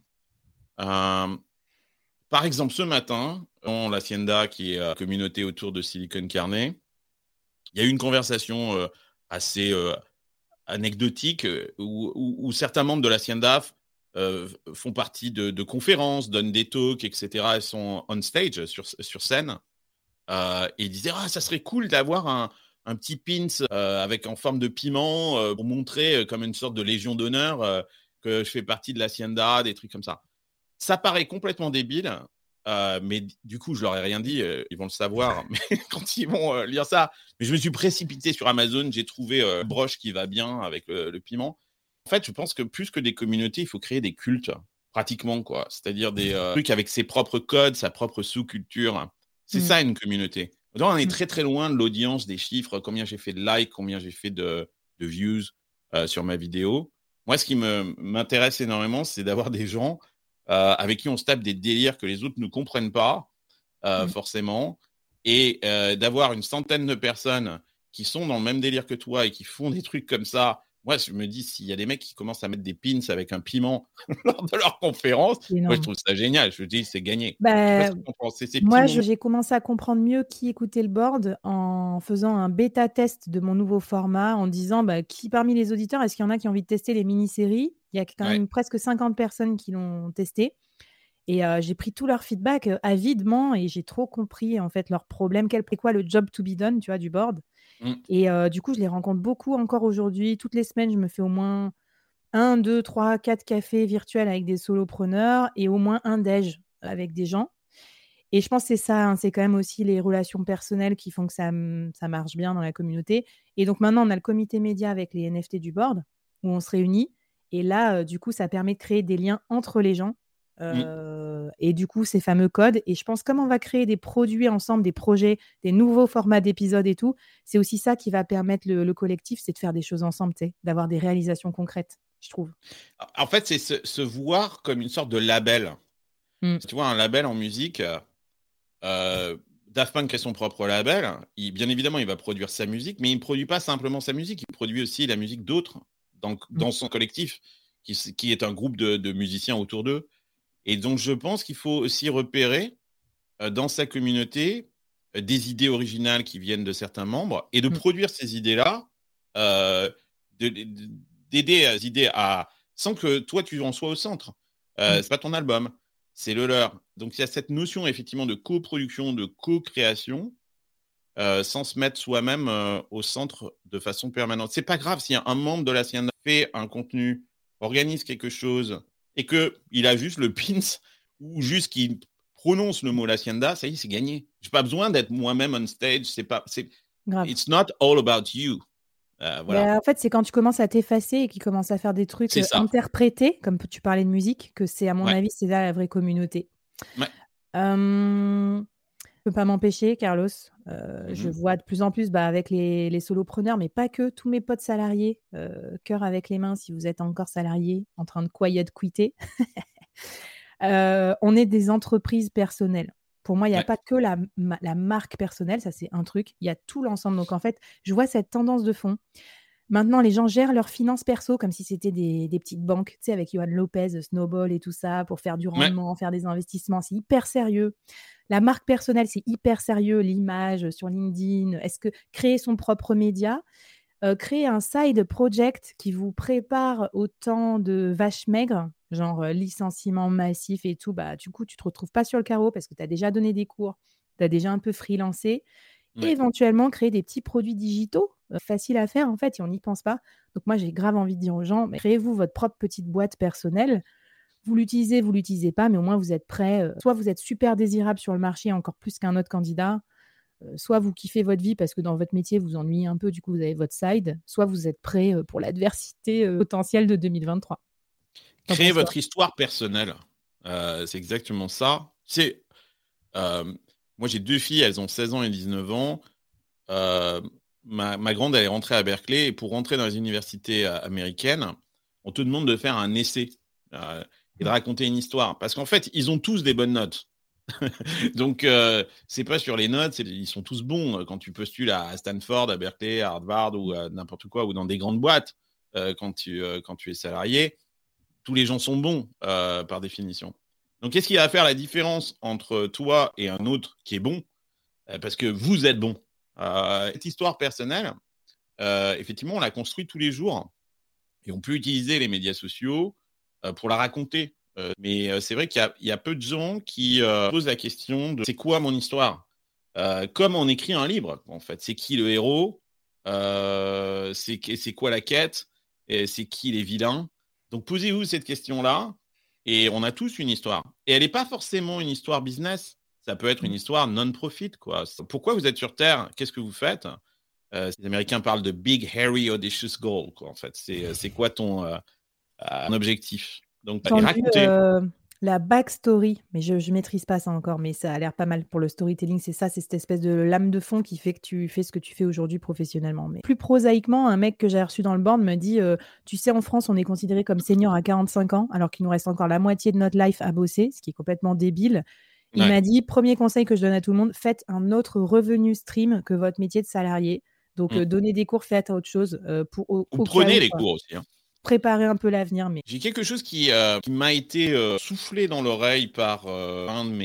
Par exemple, ce matin, dans l'Hacienda, qui est communauté autour de Silicon Carnet, il y a eu une conversation assez anecdotique où certains membres de l'Hacienda font partie de conférences, donnent des talks, etc. Ils sont on stage, sur scène. Et ils disaient ça serait cool d'avoir un petit pins avec en forme de piment pour montrer comme une sorte de légion d'honneur que je fais partie de l'Hacienda, des trucs comme ça. Ça paraît complètement débile, mais du coup, je leur ai rien dit. Ils vont le savoir mais quand ils vont lire ça. Mais je me suis précipité sur Amazon. J'ai trouvé une broche qui va bien avec le piment. En fait, je pense que plus que des communautés, il faut créer des cultes, pratiquement, quoi. C'est-à-dire des trucs avec ses propres codes, sa propre sous-culture. C'est ça, une communauté. Donc, on est très, très loin de l'audience, des chiffres, combien j'ai fait de likes, combien j'ai fait de views sur ma vidéo. Moi, ce qui m'intéresse énormément, c'est d'avoir des gens avec qui on se tape des délires que les autres ne comprennent pas, forcément, et d'avoir une centaine de personnes qui sont dans le même délire que toi et qui font des trucs comme ça. Moi, je me dis, s'il y a des mecs qui commencent à mettre des pins avec un piment lors de leur conférence, moi, je trouve ça génial. Je me dis, c'est gagné. Moi, j'ai commencé à comprendre mieux qui écoutait le board en faisant un bêta-test de mon nouveau format, en disant qui parmi les auditeurs, est-ce qu'il y en a qui ont envie de tester les mini-séries ? Il y a quand même presque 50 personnes qui l'ont testé. Et j'ai pris tout leur feedback avidement et j'ai trop compris en fait leurs problèmes. Quel quoi le job to be done, tu vois, du board. Et du coup, je les rencontre beaucoup encore aujourd'hui. Toutes les semaines, je me fais au moins 1, 2, 3, 4 cafés virtuels avec des solopreneurs et au moins un déj avec des gens. Et je pense que c'est ça, hein, c'est quand même aussi les relations personnelles qui font que ça marche bien dans la communauté. Et donc maintenant, on a le comité média avec les NFT du board où on se réunit. Et là, du coup, ça permet de créer des liens entre les gens. Et du coup, ces fameux codes. Et je pense, comme on va créer des produits ensemble, des projets, des nouveaux formats d'épisodes et tout, c'est aussi ça qui va permettre le collectif, c'est de faire des choses ensemble, d'avoir des réalisations concrètes, je trouve. En fait, c'est se voir comme une sorte de label. Tu vois, un label en musique, Daft Punk crée son propre label. Bien évidemment, il va produire sa musique, mais il ne produit pas simplement sa musique, il produit aussi la musique d'autres dans son collectif, qui est un groupe de musiciens autour d'eux. Et donc, je pense qu'il faut aussi repérer dans sa communauté des idées originales qui viennent de certains membres et de produire ces idées-là, d'aider à ces idées sans que toi, tu en sois au centre. C'est pas ton album, c'est le leur. Donc, il y a cette notion, effectivement, de coproduction, de co-création, sans se mettre soi-même au centre de façon permanente. C'est pas grave si un membre de la Hacienda fait un contenu, organise quelque chose et qu'il a juste le pins ou juste qu'il prononce le mot l'hacienda, ça y est, c'est gagné. J'ai pas besoin d'être moi-même on stage. Grave. It's not all about you. Voilà. En fait, c'est quand tu commences à t'effacer et qu'ils commencent à faire des trucs C'est ça. interprétés, comme tu parlais de musique, que c'est, à mon Ouais. avis, c'est là la vraie communauté. Ouais. Je peux pas m'empêcher, Carlos. Je vois de plus en plus avec les solopreneurs, mais pas que, tous mes potes salariés, cœur avec les mains si vous êtes encore salarié, en train de quitter. On est des entreprises personnelles. Pour moi, il n'y a pas que la marque personnelle, ça c'est un truc, il y a tout l'ensemble. Donc en fait, je vois cette tendance de fond. Maintenant, les gens gèrent leurs finances perso comme si c'était des petites banques, tu sais, avec Johan Lopez, Snowball et tout ça, pour faire du rendement, faire des investissements. C'est hyper sérieux. La marque personnelle, c'est hyper sérieux. L'image sur LinkedIn, est-ce que créer son propre média, créer un side project qui vous prépare au temps de vache maigre, genre licenciement massif et tout, du coup, tu ne te retrouves pas sur le carreau parce que tu as déjà donné des cours, tu as déjà un peu freelancé. Et éventuellement créer des petits produits digitaux, faciles à faire en fait, et on n'y pense pas. Donc moi, j'ai grave envie de dire aux gens, mais créez-vous votre propre petite boîte personnelle. Vous l'utilisez pas, mais au moins vous êtes prêt. Soit vous êtes super désirable sur le marché, encore plus qu'un autre candidat, soit vous kiffez votre vie parce que dans votre métier, vous ennuyez un peu, du coup vous avez votre side, soit vous êtes prêt pour l'adversité potentielle de 2023. Créez votre histoire personnelle. C'est exactement ça. Moi, j'ai 2 filles, elles ont 16 ans et 19 ans. Ma grande, elle est rentrée à Berkeley. Et pour rentrer dans les universités américaines, on te demande de faire un essai et de raconter une histoire. Parce qu'en fait, ils ont tous des bonnes notes. Donc, c'est pas sur les notes, ils sont tous bons. Quand tu postules à Stanford, à Berkeley, à Harvard ou à n'importe quoi, ou dans des grandes boîtes, quand tu es salarié, tous les gens sont bons par définition. Donc, qu'est-ce qui va faire la différence entre toi et un autre qui est bon parce que vous êtes bon. Cette histoire personnelle, effectivement, on la construit tous les jours et on peut utiliser les médias sociaux pour la raconter. Mais c'est vrai qu'il y a peu de gens qui posent la question de c'est quoi mon histoire comme on écrit un livre, en fait. C'est qui le héros c'est quoi la quête et c'est qui les vilains. Donc, posez-vous cette question-là et on a tous une histoire. Et elle n'est pas forcément une histoire business. Ça peut être une histoire non-profit, quoi. Pourquoi vous êtes sur Terre? Qu'est-ce que vous faites? Les Américains parlent de Big, Hairy, Audacious Goal, quoi, en fait. C'est quoi ton objectif? Donc, racontez. La backstory, mais je ne maîtrise pas ça encore, mais ça a l'air pas mal pour le storytelling. C'est ça, c'est cette espèce de lame de fond qui fait que tu fais ce que tu fais aujourd'hui professionnellement. Mais plus prosaïquement, un mec que j'ai reçu dans le board me dit tu sais, en France, on est considéré comme senior à 45 ans, alors qu'il nous reste encore la moitié de notre life à bosser, ce qui est complètement débile. Il m'a dit premier conseil que je donne à tout le monde, faites un autre revenu stream que votre métier de salarié. Donc, donnez des cours, faites autre chose. Vous prenez les cours aussi. Préparer un peu l'avenir. Mais j'ai quelque chose qui m'a été soufflé dans l'oreille par un de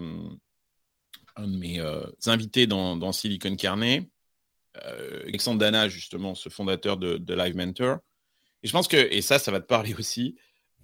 mes invités dans Silicon Carnet, Alexandre Dana, justement, ce fondateur de Live Mentor. Et je pense que, et ça va te parler aussi,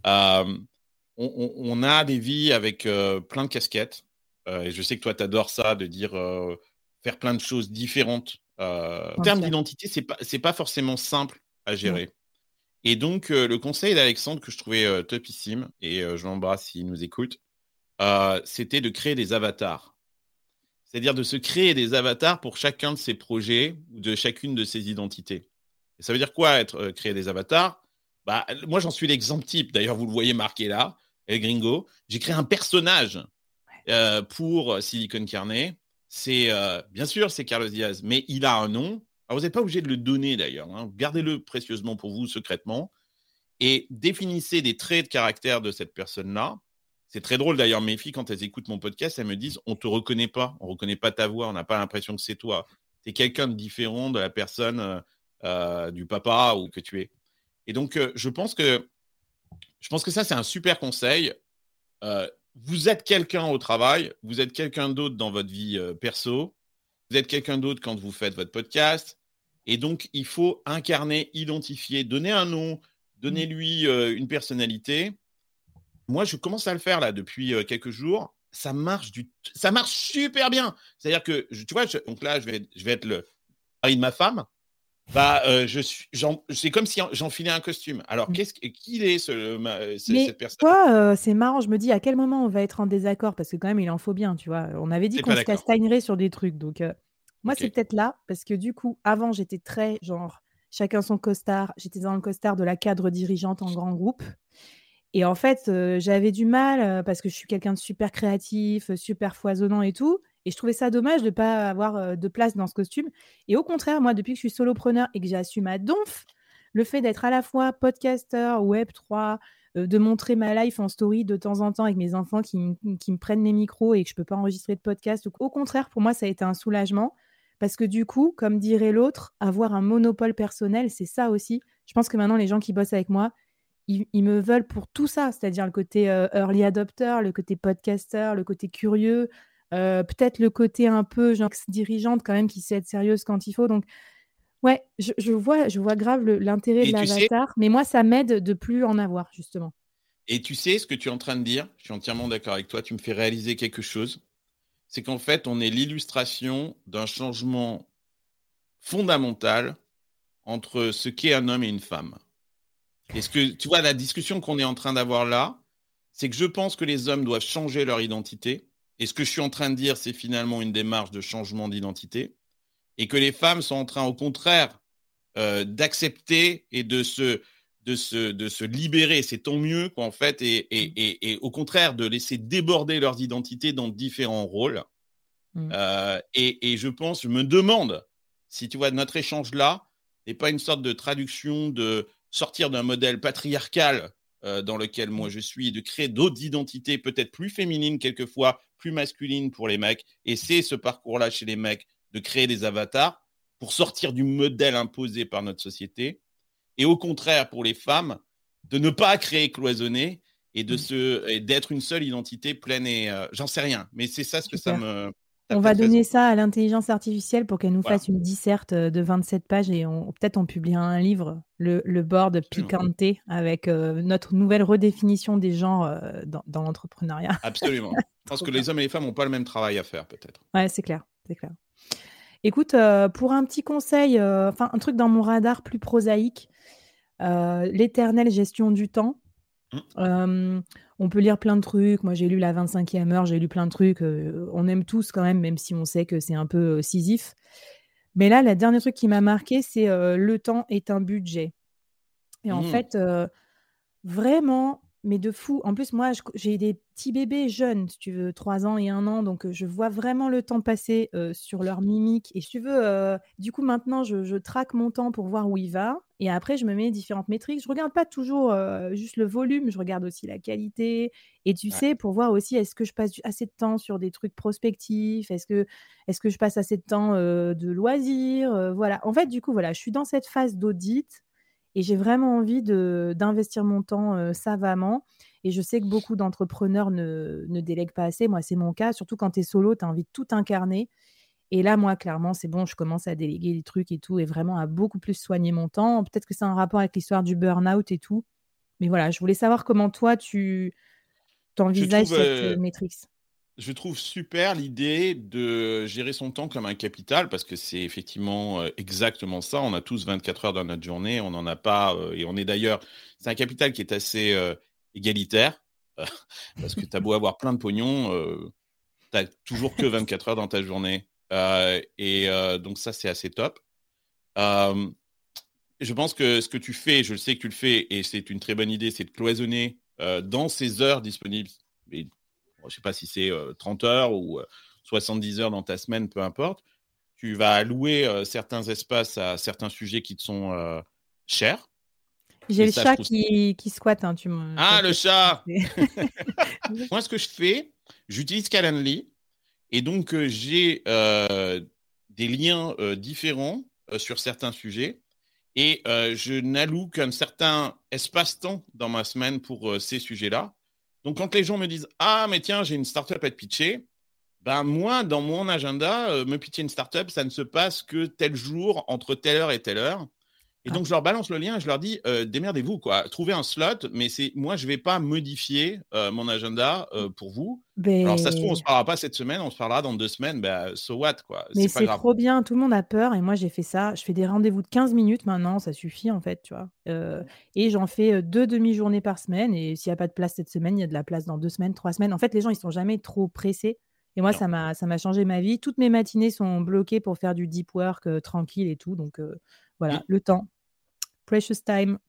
on a des vies avec plein de casquettes. Et je sais que toi, tu adores ça, de dire faire plein de choses différentes. En termes d'identité, c'est pas forcément simple à gérer. Ouais. Et donc, le conseil d'Alexandre que je trouvais topissime, et je l'embrasse s'il nous écoute, c'était de créer des avatars. C'est-à-dire de se créer des avatars pour chacun de ses projets ou de chacune de ses identités. Et ça veut dire quoi, créer des avatars? Moi, j'en suis l'exemple type. D'ailleurs, vous le voyez marqué là, El Gringo. J'ai créé un personnage pour Silicon Carnet. Bien sûr, c'est Carlos Diaz, mais il a un nom. Alors, vous n'êtes pas obligé de le donner d'ailleurs. Hein. Gardez-le précieusement pour vous, secrètement. Et définissez des traits de caractère de cette personne-là. C'est très drôle d'ailleurs, mes filles, quand elles écoutent mon podcast, elles me disent on ne te reconnaît pas, on ne reconnaît pas ta voix, on n'a pas l'impression que c'est toi. Tu es quelqu'un de différent de la personne du papa ou que tu es. Et donc, je pense que ça, c'est un super conseil. Vous êtes quelqu'un au travail, vous êtes quelqu'un d'autre dans votre vie perso, vous êtes quelqu'un d'autre quand vous faites votre podcast. Et donc, il faut incarner, identifier, donner un nom, donner-lui une personnalité. Moi, je commence à le faire là depuis quelques jours. Ça marche super bien. C'est-à-dire que, tu vois, donc là, je vais être le mari de ma femme. C'est comme si j'enfilais un costume. Alors, qui est cette personne? Toi, c'est marrant, je me dis à quel moment on va être en désaccord, parce que quand même, il en faut bien, tu vois. On avait dit T'es qu'on pas se d'accord. castagnerait sur des trucs. Donc, moi, c'est Ok. peut-être là, parce que du coup, avant, j'étais très genre chacun son costard. J'étais dans le costard de la cadre dirigeante en grand groupe. Et en fait, j'avais du mal parce que je suis quelqu'un de super créatif, super foisonnant et tout. Et je trouvais ça dommage de ne pas avoir de place dans ce costume. Et au contraire, moi, depuis que je suis solopreneur et que j'assume à donf le fait d'être à la fois podcasteur, Web3, de montrer ma life en story de temps en temps avec mes enfants qui me prennent les micros et que je ne peux pas enregistrer de podcast. Donc, au contraire, pour moi, ça a été un soulagement. Parce que du coup, comme dirait l'autre, avoir un monopole personnel, c'est ça aussi. Je pense que maintenant, les gens qui bossent avec moi, ils me veulent pour tout ça, c'est-à-dire le côté early adopter, le côté podcaster, le côté curieux, peut-être le côté un peu genre dirigeante quand même qui sait être sérieuse quand il faut. Donc, ouais, je vois grave l'intérêt de Et tu sais, l'avatar, mais moi, ça m'aide de plus en avoir, justement. et tu sais ce que tu es en train de dire, je suis entièrement d'accord avec toi, tu me fais réaliser quelque chose, c'est qu'en fait, on est l'illustration d'un changement fondamental entre ce qu'est un homme et une femme. Et ce que tu vois, la discussion qu'on est en train d'avoir là, c'est que je pense que les hommes doivent changer leur identité. Et ce que je suis en train de dire, c'est finalement une démarche de changement d'identité. Et que les femmes sont en train, au contraire, d'accepter et de se libérer. C'est tant mieux, quoi, en fait. Et au contraire, de laisser déborder leurs identités dans différents rôles. Mm. Et je pense, je me demande si tu vois notre échange là n'est pas une sorte de traduction de sortir d'un modèle patriarcal dans lequel moi je suis et de créer d'autres identités peut-être plus féminines quelquefois, plus masculines pour les mecs. Et c'est ce parcours-là chez les mecs de créer des avatars pour sortir du modèle imposé par notre société. Et au contraire, pour les femmes, de ne pas créer cloisonné et d'être une seule identité pleine et j'en sais rien. Mais c'est ça ce que ça Super. me. T'as On va peut-être raison. donner ça à l'intelligence artificielle pour qu'elle nous Voilà, fasse une disserte de 27 pages et peut-être on publiera un livre, le board absolument. Picante, avec notre nouvelle redéfinition des genres dans l'entrepreneuriat. Absolument. Je pense Trop que bien. les hommes et les femmes n'ont pas le même travail à faire, peut-être. Ouais, c'est clair, c'est clair. Écoute, pour un petit conseil, enfin un truc dans mon radar plus prosaïque, l'éternelle gestion du temps. Hum, On peut lire plein de trucs. Moi, j'ai lu La 25e heure, j'ai lu plein de trucs. On aime tous quand même si on sait que c'est un peu Sisyphe. Mais là, le dernier truc qui m'a marqué, c'est le temps est un budget. Et en hum. fait, vraiment, mais de fou. En plus, moi, j'ai des petits bébés jeunes, si tu veux, 3 ans et 1 an, donc je vois vraiment le temps passer sur leur mimique. Et si tu veux, du coup, maintenant, je traque mon temps pour voir où il va. Et après, je me mets différentes métriques. Je regarde pas toujours juste le volume, je regarde aussi la qualité. Et tu Ouais. sais, pour voir aussi, est-ce que je passe assez de temps sur des trucs prospectifs? Est-ce que je passe assez de temps de loisirs? Voilà. En fait, du coup, voilà, je suis dans cette phase d'audit et j'ai vraiment envie d'investir mon temps savamment. Et je sais que beaucoup d'entrepreneurs ne délèguent pas assez. Moi, c'est mon cas. Surtout quand tu es solo, tu as envie de tout incarner. Et là, moi, clairement, c'est bon, je commence à déléguer les trucs et tout, et vraiment à beaucoup plus soigner mon temps. Peut-être que c'est un rapport avec l'histoire du burn-out et tout. Mais voilà, je voulais savoir comment toi, tu Je t'envisages trouve, cette matrix. je trouve super l'idée de gérer son temps comme un capital, parce que c'est effectivement exactement ça. On a tous 24 heures dans notre journée, on n'en a pas, et on est d'ailleurs, c'est un capital qui est assez égalitaire, euh, parce que tu as beau avoir plein de pognon, tu n'as toujours que 24 heures dans ta journée. Donc ça, c'est assez top. Euh, Je pense que ce que tu fais, je le sais que tu le fais, et c'est une très bonne idée, c'est de cloisonner dans ces heures disponibles. Et, je ne sais pas si c'est 30 heures ou 70 heures dans ta semaine, peu importe. Tu vas allouer certains espaces à certains sujets qui te sont chers. J'ai Et le ça, je chat trouve. qui squatte, hein, tu me Ah, le t'inquiètes. chat! C'est- Moi, ce que je fais, j'utilise Calendly. Et donc, j'ai des liens différents sur certains sujets. Et je n'alloue qu'un certain espace-temps dans ma semaine pour ces sujets-là. Donc, quand les gens me disent ah, mais tiens, j'ai une startup à te pitcher, ben moi, dans mon agenda, me pitcher une startup, ça ne se passe que tel jour, entre telle heure et telle heure. Et donc, je leur balance le lien et je leur dis, démerdez-vous, quoi. Trouvez un slot, mais moi, je ne vais pas modifier mon agenda pour vous. Alors, ça se trouve, on ne se Beh, parlera pas cette semaine, on se parlera dans 2 semaines. Bah, so what, quoi. mais C'est pas c'est grave. trop bien, tout le monde a peur et moi j'ai fait ça. Je fais des rendez-vous de 15 minutes maintenant, ça suffit en fait, tu vois? Et j'en fais, 2 demi-journées par semaine et s'il y a pas de place cette semaine, il y a de la place dans 2 semaines, 3 semaines. En fait, les gens, ils sont jamais trop pressés et moi, Non. ça m'a changé ma vie. Toutes mes matinées sont bloquées pour faire du deep work, tranquille et tout donc Mmh. voilà, le temps, precious time.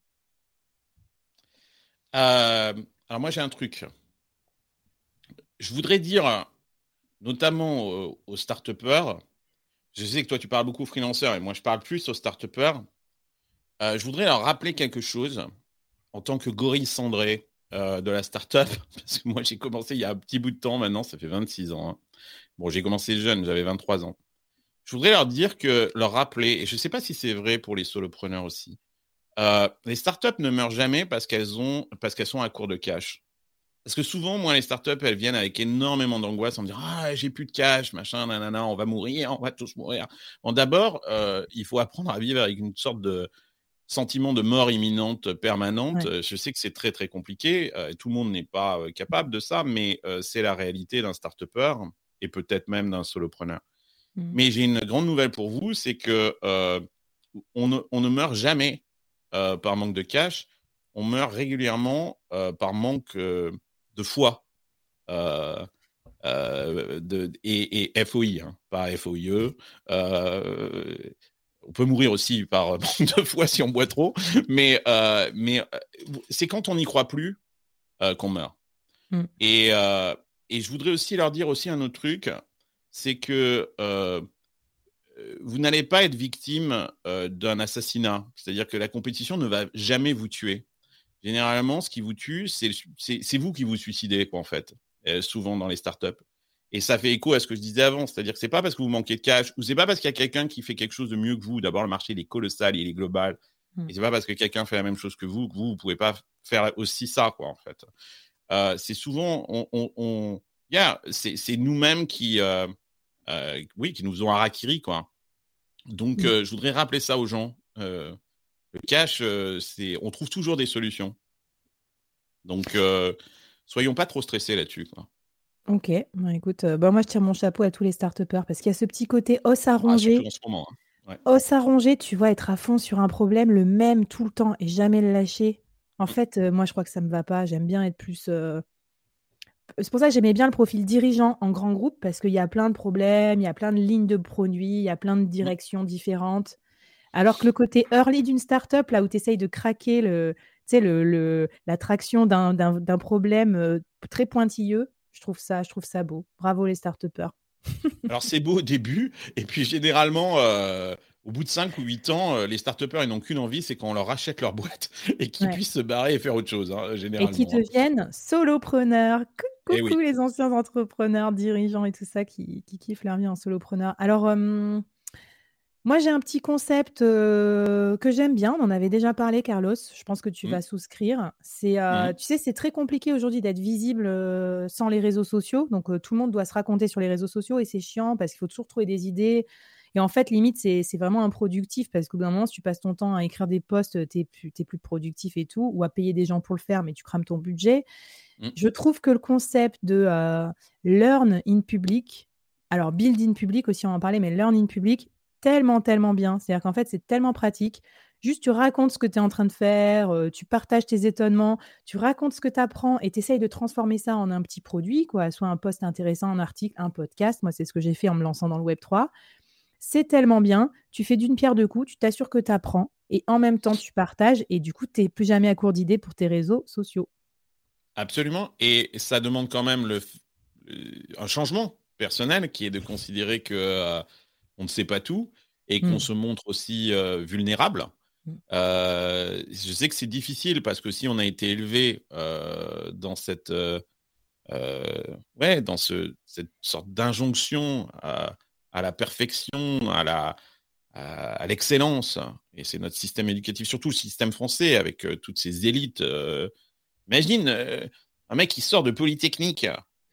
Alors, moi, j'ai un truc. Je voudrais dire, notamment aux start-upers, je sais que toi, tu parles beaucoup aux freelancers et moi, je parle plus aux start-upers. Je voudrais leur rappeler quelque chose en tant que gorille cendré de la start-up. Parce que moi, j'ai commencé il y a un petit bout de temps maintenant, ça fait 26 ans. Hein. Bon, j'ai commencé jeune, j'avais 23 ans. Je voudrais leur rappeler, et je ne sais pas si c'est vrai pour les solopreneurs aussi, les startups ne meurent jamais parce qu'elles sont à court de cash. Parce que souvent, moi, les startups, elles viennent avec énormément d'angoisse en me disant ah, j'ai plus de cash, machin, nanana, on va mourir, on va tous mourir. Bon, d'abord, il faut apprendre à vivre avec une sorte de sentiment de mort imminente permanente. Ouais. Je sais que c'est très, très compliqué. Tout le monde n'est pas capable de ça, mais c'est la réalité d'un start-upper et peut-être même d'un solopreneur. Mmh. Mais j'ai une grande nouvelle pour vous, c'est que on ne meurt jamais par manque de cash, on meurt régulièrement par manque de foi. Euh, et FOI, hein, pas FOIE. On peut mourir aussi par manque de foi si on boit trop, mais c'est quand on n'y croit plus qu'on meurt. Mmh. Et je voudrais aussi leur dire aussi un autre truc, c'est que vous n'allez pas être victime d'un assassinat. C'est-à-dire que la compétition ne va jamais vous tuer. Généralement, ce qui vous tue, c'est vous qui vous suicidez, quoi, en fait, souvent dans les startups. Et ça fait écho à ce que je disais avant, c'est-à-dire que c'est pas parce que vous manquez de cash, ou c'est pas parce qu'il y a quelqu'un qui fait quelque chose de mieux que vous. D'abord, le marché, il est colossal, il est global. Mmh. Et c'est pas parce que quelqu'un fait la même chose que vous pouvez pas faire aussi ça, quoi, en fait. C'est souvent, c'est nous-mêmes oui, qui nous faisons harakiri, quoi. Donc, Mmh. je voudrais rappeler ça aux gens. Le cash, on trouve toujours des solutions. Donc, soyons pas trop stressés là-dessus, quoi. OK, bah, écoute, bah, moi je tire mon chapeau à tous les start-upers parce qu'il y a ce petit côté Ah, surtout en ce moment. Hein. Ouais. os à ronger, tu vois? Être à fond sur un problème, le même tout le temps et jamais le lâcher. En Mm. fait, moi je crois que ça me va pas. J'aime bien être plus, c'est pour ça que j'aimais bien le profil dirigeant en grand groupe parce qu'il y a plein de problèmes, il y a plein de lignes de produits, il y a plein de Mm. directions différentes. Alors que le côté early d'une start-up, là où tu essayes de craquer tu sais la traction d'un problème, très pointilleux, je trouve ça beau. Bravo les start-upers. Alors, c'est beau au début, et puis généralement, au bout de 5 ou 8 ans, les start-upers, ils n'ont qu'une envie, c'est qu'on leur rachète leur boîte et qu'ils Ouais. puissent se barrer et faire autre chose, hein, Et qui généralement. Hein. deviennent solopreneurs. Eh Coucou oui. les anciens entrepreneurs, dirigeants et tout ça qui kiffent leur vie en solopreneur. Alors, moi j'ai un petit concept, que j'aime bien, on en avait déjà parlé Carlos, je pense que tu Mm. vas souscrire. C'est, Mm. tu sais, c'est très compliqué aujourd'hui d'être visible, sans les réseaux sociaux. Donc, tout le monde doit se raconter sur les réseaux sociaux et c'est chiant parce qu'il faut toujours trouver des idées et en fait limite c'est vraiment improductif parce qu'au bout d'un moment si tu passes ton temps à écrire des posts, tu es plus productif et tout ou à payer des gens pour le faire mais tu crames ton budget. Mm. Je trouve que le concept de, learn in public, alors build in public aussi on en parlait, mais learn in public, tellement, tellement bien. C'est-à-dire qu'en fait, c'est tellement pratique. Juste, tu racontes ce que tu es en train de faire, tu partages tes étonnements, tu racontes ce que tu apprends et tu essayes de transformer ça en un petit produit, quoi, soit un post intéressant, un article, un podcast. Moi, c'est ce que j'ai fait en me lançant dans le Web3. C'est tellement bien. Tu fais d'une pierre deux coups, tu t'assures que tu apprends et en même temps, tu partages et du coup, tu n'es plus jamais à court d'idées pour tes réseaux sociaux. Absolument. Et ça demande quand même un changement personnel qui est de considérer que on ne sait pas tout et qu'on Mmh. se montre aussi vulnérable. Mmh. Je sais que c'est difficile parce que si on a été élevé dans cette sorte d'injonction à la perfection, à l'excellence, et c'est notre système éducatif, surtout le système français avec toutes ces élites. Imagine un mec qui sort de Polytechnique,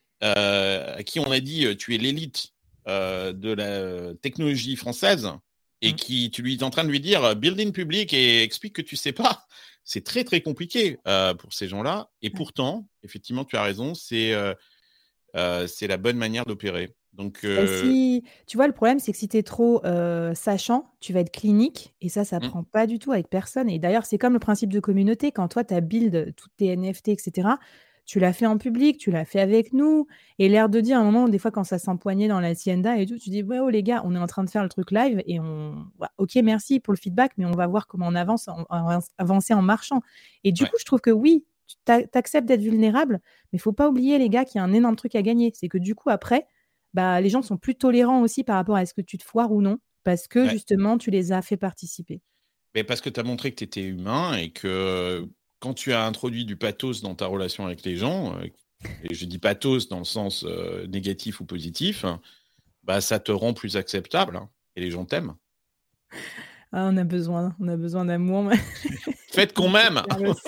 à qui on a dit tu es l'élite de la technologie française. et tu lui es en train de lui dire build in public et explique que tu sais pas. C'est très très compliqué pour ces gens-là. Et pourtant, effectivement, tu as raison, c'est la bonne manière d'opérer. Donc, Si, tu vois, le problème, c'est que si tu es trop sachant, tu vas être clinique et ça prend pas du tout avec personne. Et d'ailleurs, c'est comme le principe de communauté. Quand toi, tu as build toutes tes NFT, etc., tu l'as fait en public, tu l'as fait avec nous. Et l'air de dire, à un moment, des fois, quand ça s'empoignait dans l'hacienda et tout, tu dis, ouais, oh les gars, on est en train de faire le truc live et ok, merci pour le feedback, mais on va voir comment on avance, avancer en marchant. Et du coup, je trouve que oui, tu acceptes d'être vulnérable, mais il faut pas oublier, les gars, qu'il y a un énorme truc à gagner. C'est que du coup, après, bah, les gens sont plus tolérants aussi par rapport à est-ce que tu te foires ou non, parce que justement, tu les as fait participer. Mais parce que tu as montré que tu étais humain et que quand tu as introduit du pathos dans ta relation avec les gens, et je dis pathos dans le sens négatif ou positif, bah, ça te rend plus acceptable et les gens t'aiment. Ah, on a besoin d'amour. Faites qu'on m'aime.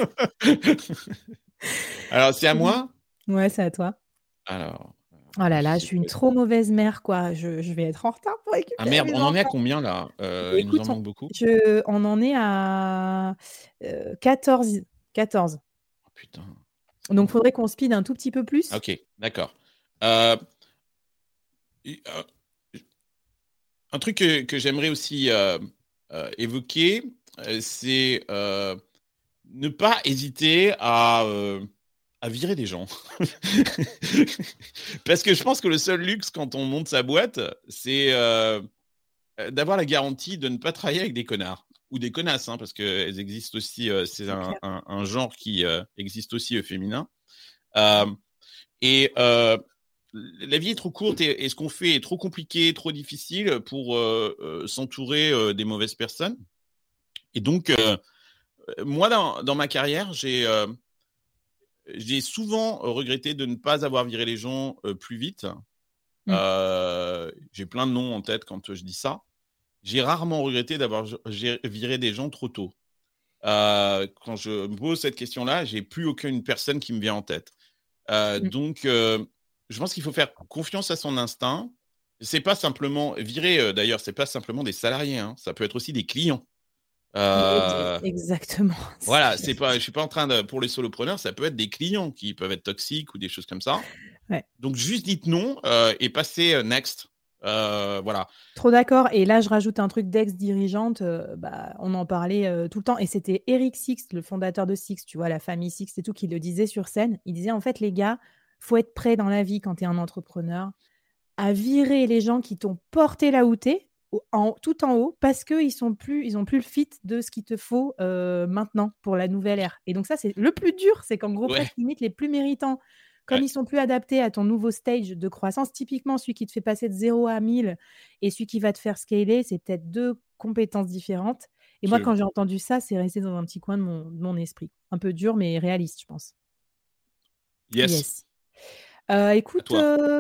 Alors, c'est à moi? Ouais, c'est à toi. Alors. Oh là là, je suis une trop mauvaise mère, quoi. Je vais être en retard pour récupérer Ah merde, mes on en est à enfants. combien là? Il nous en manque beaucoup. On en est à 14. 14. Oh, putain. Donc, il faudrait qu'on speed un tout petit peu plus. Ok, d'accord. Un truc que j'aimerais aussi évoquer, c'est ne pas hésiter à virer des gens. Parce que je pense que le seul luxe quand on monte sa boîte, c'est d'avoir la garantie de ne pas travailler avec des connards. Ou des connasses, hein, parce qu'elles existent aussi, c'est un genre qui existe aussi féminin. Et la vie est trop courte et ce qu'on fait est trop compliqué, trop difficile pour s'entourer des mauvaises personnes. Et donc, moi, dans ma carrière, j'ai souvent regretté de ne pas avoir viré les gens plus vite. J'ai plein de noms en tête quand je dis ça. J'ai rarement regretté d'avoir viré des gens trop tôt. Quand je me pose cette question-là, j'ai plus aucune personne qui me vient en tête. Donc, je pense qu'il faut faire confiance à son instinct. C'est pas simplement virer, d'ailleurs, c'est pas simplement des salariés, hein. Ça peut être aussi des clients. Exactement. Voilà, je suis pas en train de, pour les solopreneurs, ça peut être des clients qui peuvent être toxiques ou des choses comme ça. Ouais. Donc, juste dites non et passez next. Voilà. Trop d'accord. Et là, je rajoute un truc d'ex-dirigeante. On en parlait tout le temps. Et c'était Eric Sixt, le fondateur de Sixt, tu vois, la famille Sixt et tout, qui le disait sur scène. Il disait, en fait, les gars, faut être prêt dans la vie quand tu es un entrepreneur à virer les gens qui t'ont porté là où tu es, tout en haut, parce qu'ils ont plus le fit de ce qu'il te faut maintenant pour la nouvelle ère. Et donc ça, c'est le plus dur. C'est qu'en gros, presque limite les plus méritants, comme ils sont plus adaptés à ton nouveau stage de croissance, typiquement celui qui te fait passer de 0 à 1000 et celui qui va te faire scaler, c'est peut-être deux compétences différentes. Et moi, quand j'ai entendu ça, c'est resté dans un petit coin de mon esprit. Un peu dur, mais réaliste, je pense. Yes. Écoute,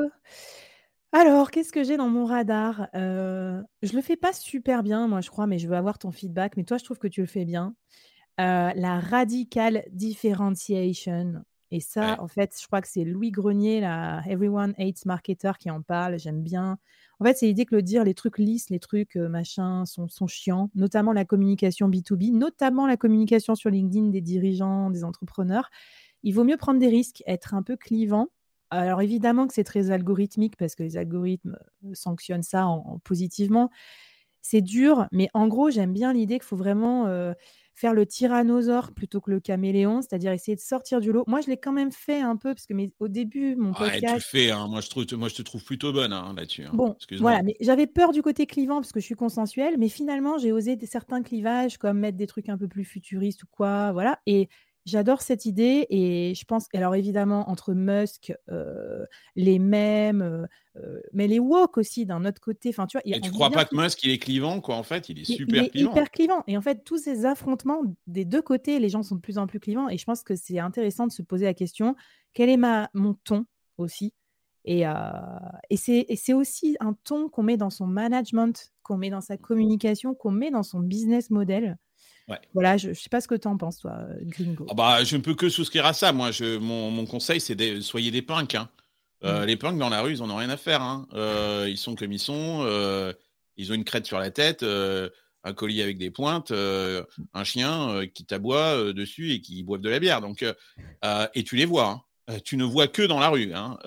alors, qu'est-ce que j'ai dans mon radar? Je le fais pas super bien, moi, je crois, mais je veux avoir ton feedback. Mais toi, je trouve que tu le fais bien. La radical differentiation. Et ça, en fait, je crois que c'est Louis Grenier, la Everyone Hates Marketer, qui en parle. J'aime bien. En fait, c'est l'idée que dire les trucs lisses, les trucs machin, sont chiants, notamment la communication B2B, notamment la communication sur LinkedIn des dirigeants, des entrepreneurs. Il vaut mieux prendre des risques, être un peu clivant. Alors évidemment que c'est très algorithmique parce que les algorithmes sanctionnent ça positivement. C'est dur, mais en gros, j'aime bien l'idée qu'il faut vraiment faire le tyrannosaure plutôt que le caméléon, c'est-à-dire essayer de sortir du lot. Moi, je l'ai quand même fait un peu parce que au début, mon podcast... tu le fais, hein. Moi, je te trouve plutôt bonne là-dessus. Hein. Bon, voilà, mais j'avais peur du côté clivant parce que je suis consensuelle, mais finalement, j'ai osé certains clivages comme mettre des trucs un peu plus futuristes ou quoi, voilà. Et j'adore cette idée et je pense, alors évidemment, entre Musk, les mèmes, mais les woke aussi d'un autre côté. Enfin, tu vois, et tu crois pas que Musk, il est clivant, quoi, en fait? Il est super clivant. Il est hyper clivant. Et en fait, tous ces affrontements des deux côtés, les gens sont de plus en plus clivants. Et je pense que c'est intéressant de se poser la question, quel est mon ton aussi? Et c'est aussi un ton qu'on met dans son management, qu'on met dans sa communication, qu'on met dans son business model. Ouais. Voilà, je ne sais pas ce que tu en penses, toi, Gringo. Je ne peux que souscrire à ça. Moi, mon conseil, c'est soyez des punks. Hein. Les punks dans la rue, ils n'en ont rien à faire. Hein. Ils sont comme ils sont. Ils ont une crête sur la tête, un collier avec des pointes, un chien qui t'aboie dessus et qui boive de la bière. Donc, et tu les vois. Hein. Tu ne vois que dans la rue. Hein.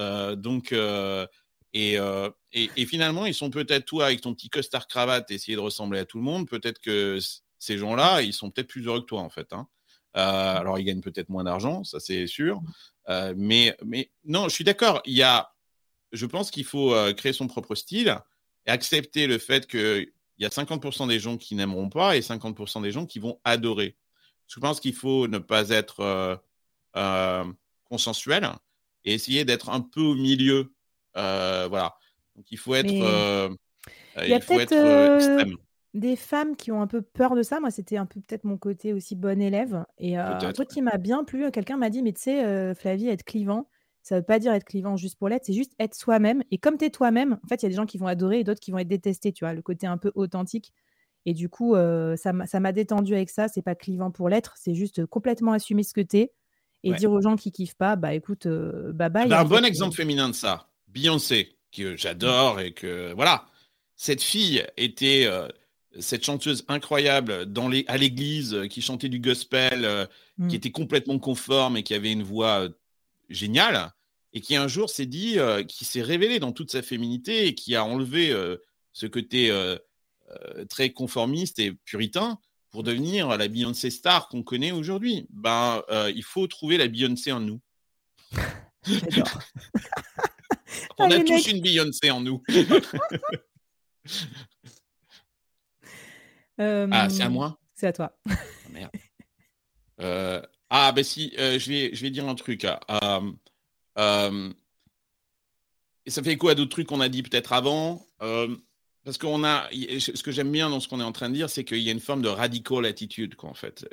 Et finalement, ils sont peut-être, toi, avec ton petit costard cravate, essayer de ressembler à tout le monde. Peut-être que ces gens-là, ils sont peut-être plus heureux que toi, en fait. Hein. Alors, ils gagnent peut-être moins d'argent, ça c'est sûr. Mais non, je suis d'accord. Je pense qu'il faut créer son propre style et accepter le fait qu'il y a 50% des gens qui n'aimeront pas et 50% des gens qui vont adorer. Je pense qu'il faut ne pas être consensuel et essayer d'être un peu au milieu. Voilà. Donc il faut être, Mais il y a peut-être extrême, des femmes qui ont un peu peur de ça. Moi, c'était un peu peut-être mon côté aussi bon élève. Et un peut-être. truc qui m'a bien plu, quelqu'un m'a dit, mais tu sais, Flavie, être clivant, ça veut pas dire être clivant juste pour l'être, c'est juste être soi-même. Et comme tu es toi-même, en fait, il y a des gens qui vont adorer et d'autres qui vont être détestés, tu vois, le côté un peu authentique. Et du coup, ça m'a détendu avec ça. C'est pas clivant pour l'être, c'est juste complètement assumer ce que tu es et Ouais. dire aux gens qui kiffent pas, bah écoute, bye Ah bye. ben, En un fait, bon exemple féminin de ça, Beyoncé, que j'adore et que voilà. Cette fille était cette chanteuse incroyable à l'église qui chantait du gospel, qui Mm. était complètement conforme et qui avait une voix géniale et qui un jour s'est dit, qui s'est révélée dans toute sa féminité et qui a enlevé ce côté très conformiste et puritain pour devenir la Beyoncé star qu'on connaît aujourd'hui. Ben, il faut trouver la Beyoncé en nous. J'adore. On a Allez, tous next. une Beyoncé en nous. Ah, c'est à moi? C'est à toi. Ah, merde. Ben si, je vais dire un truc. Euh, et ça fait écho à d'autres trucs qu'on a dit peut-être avant. Parce ce que j'aime bien dans ce qu'on est en train de dire, c'est qu'il y a une forme de radical attitude, quoi, en fait.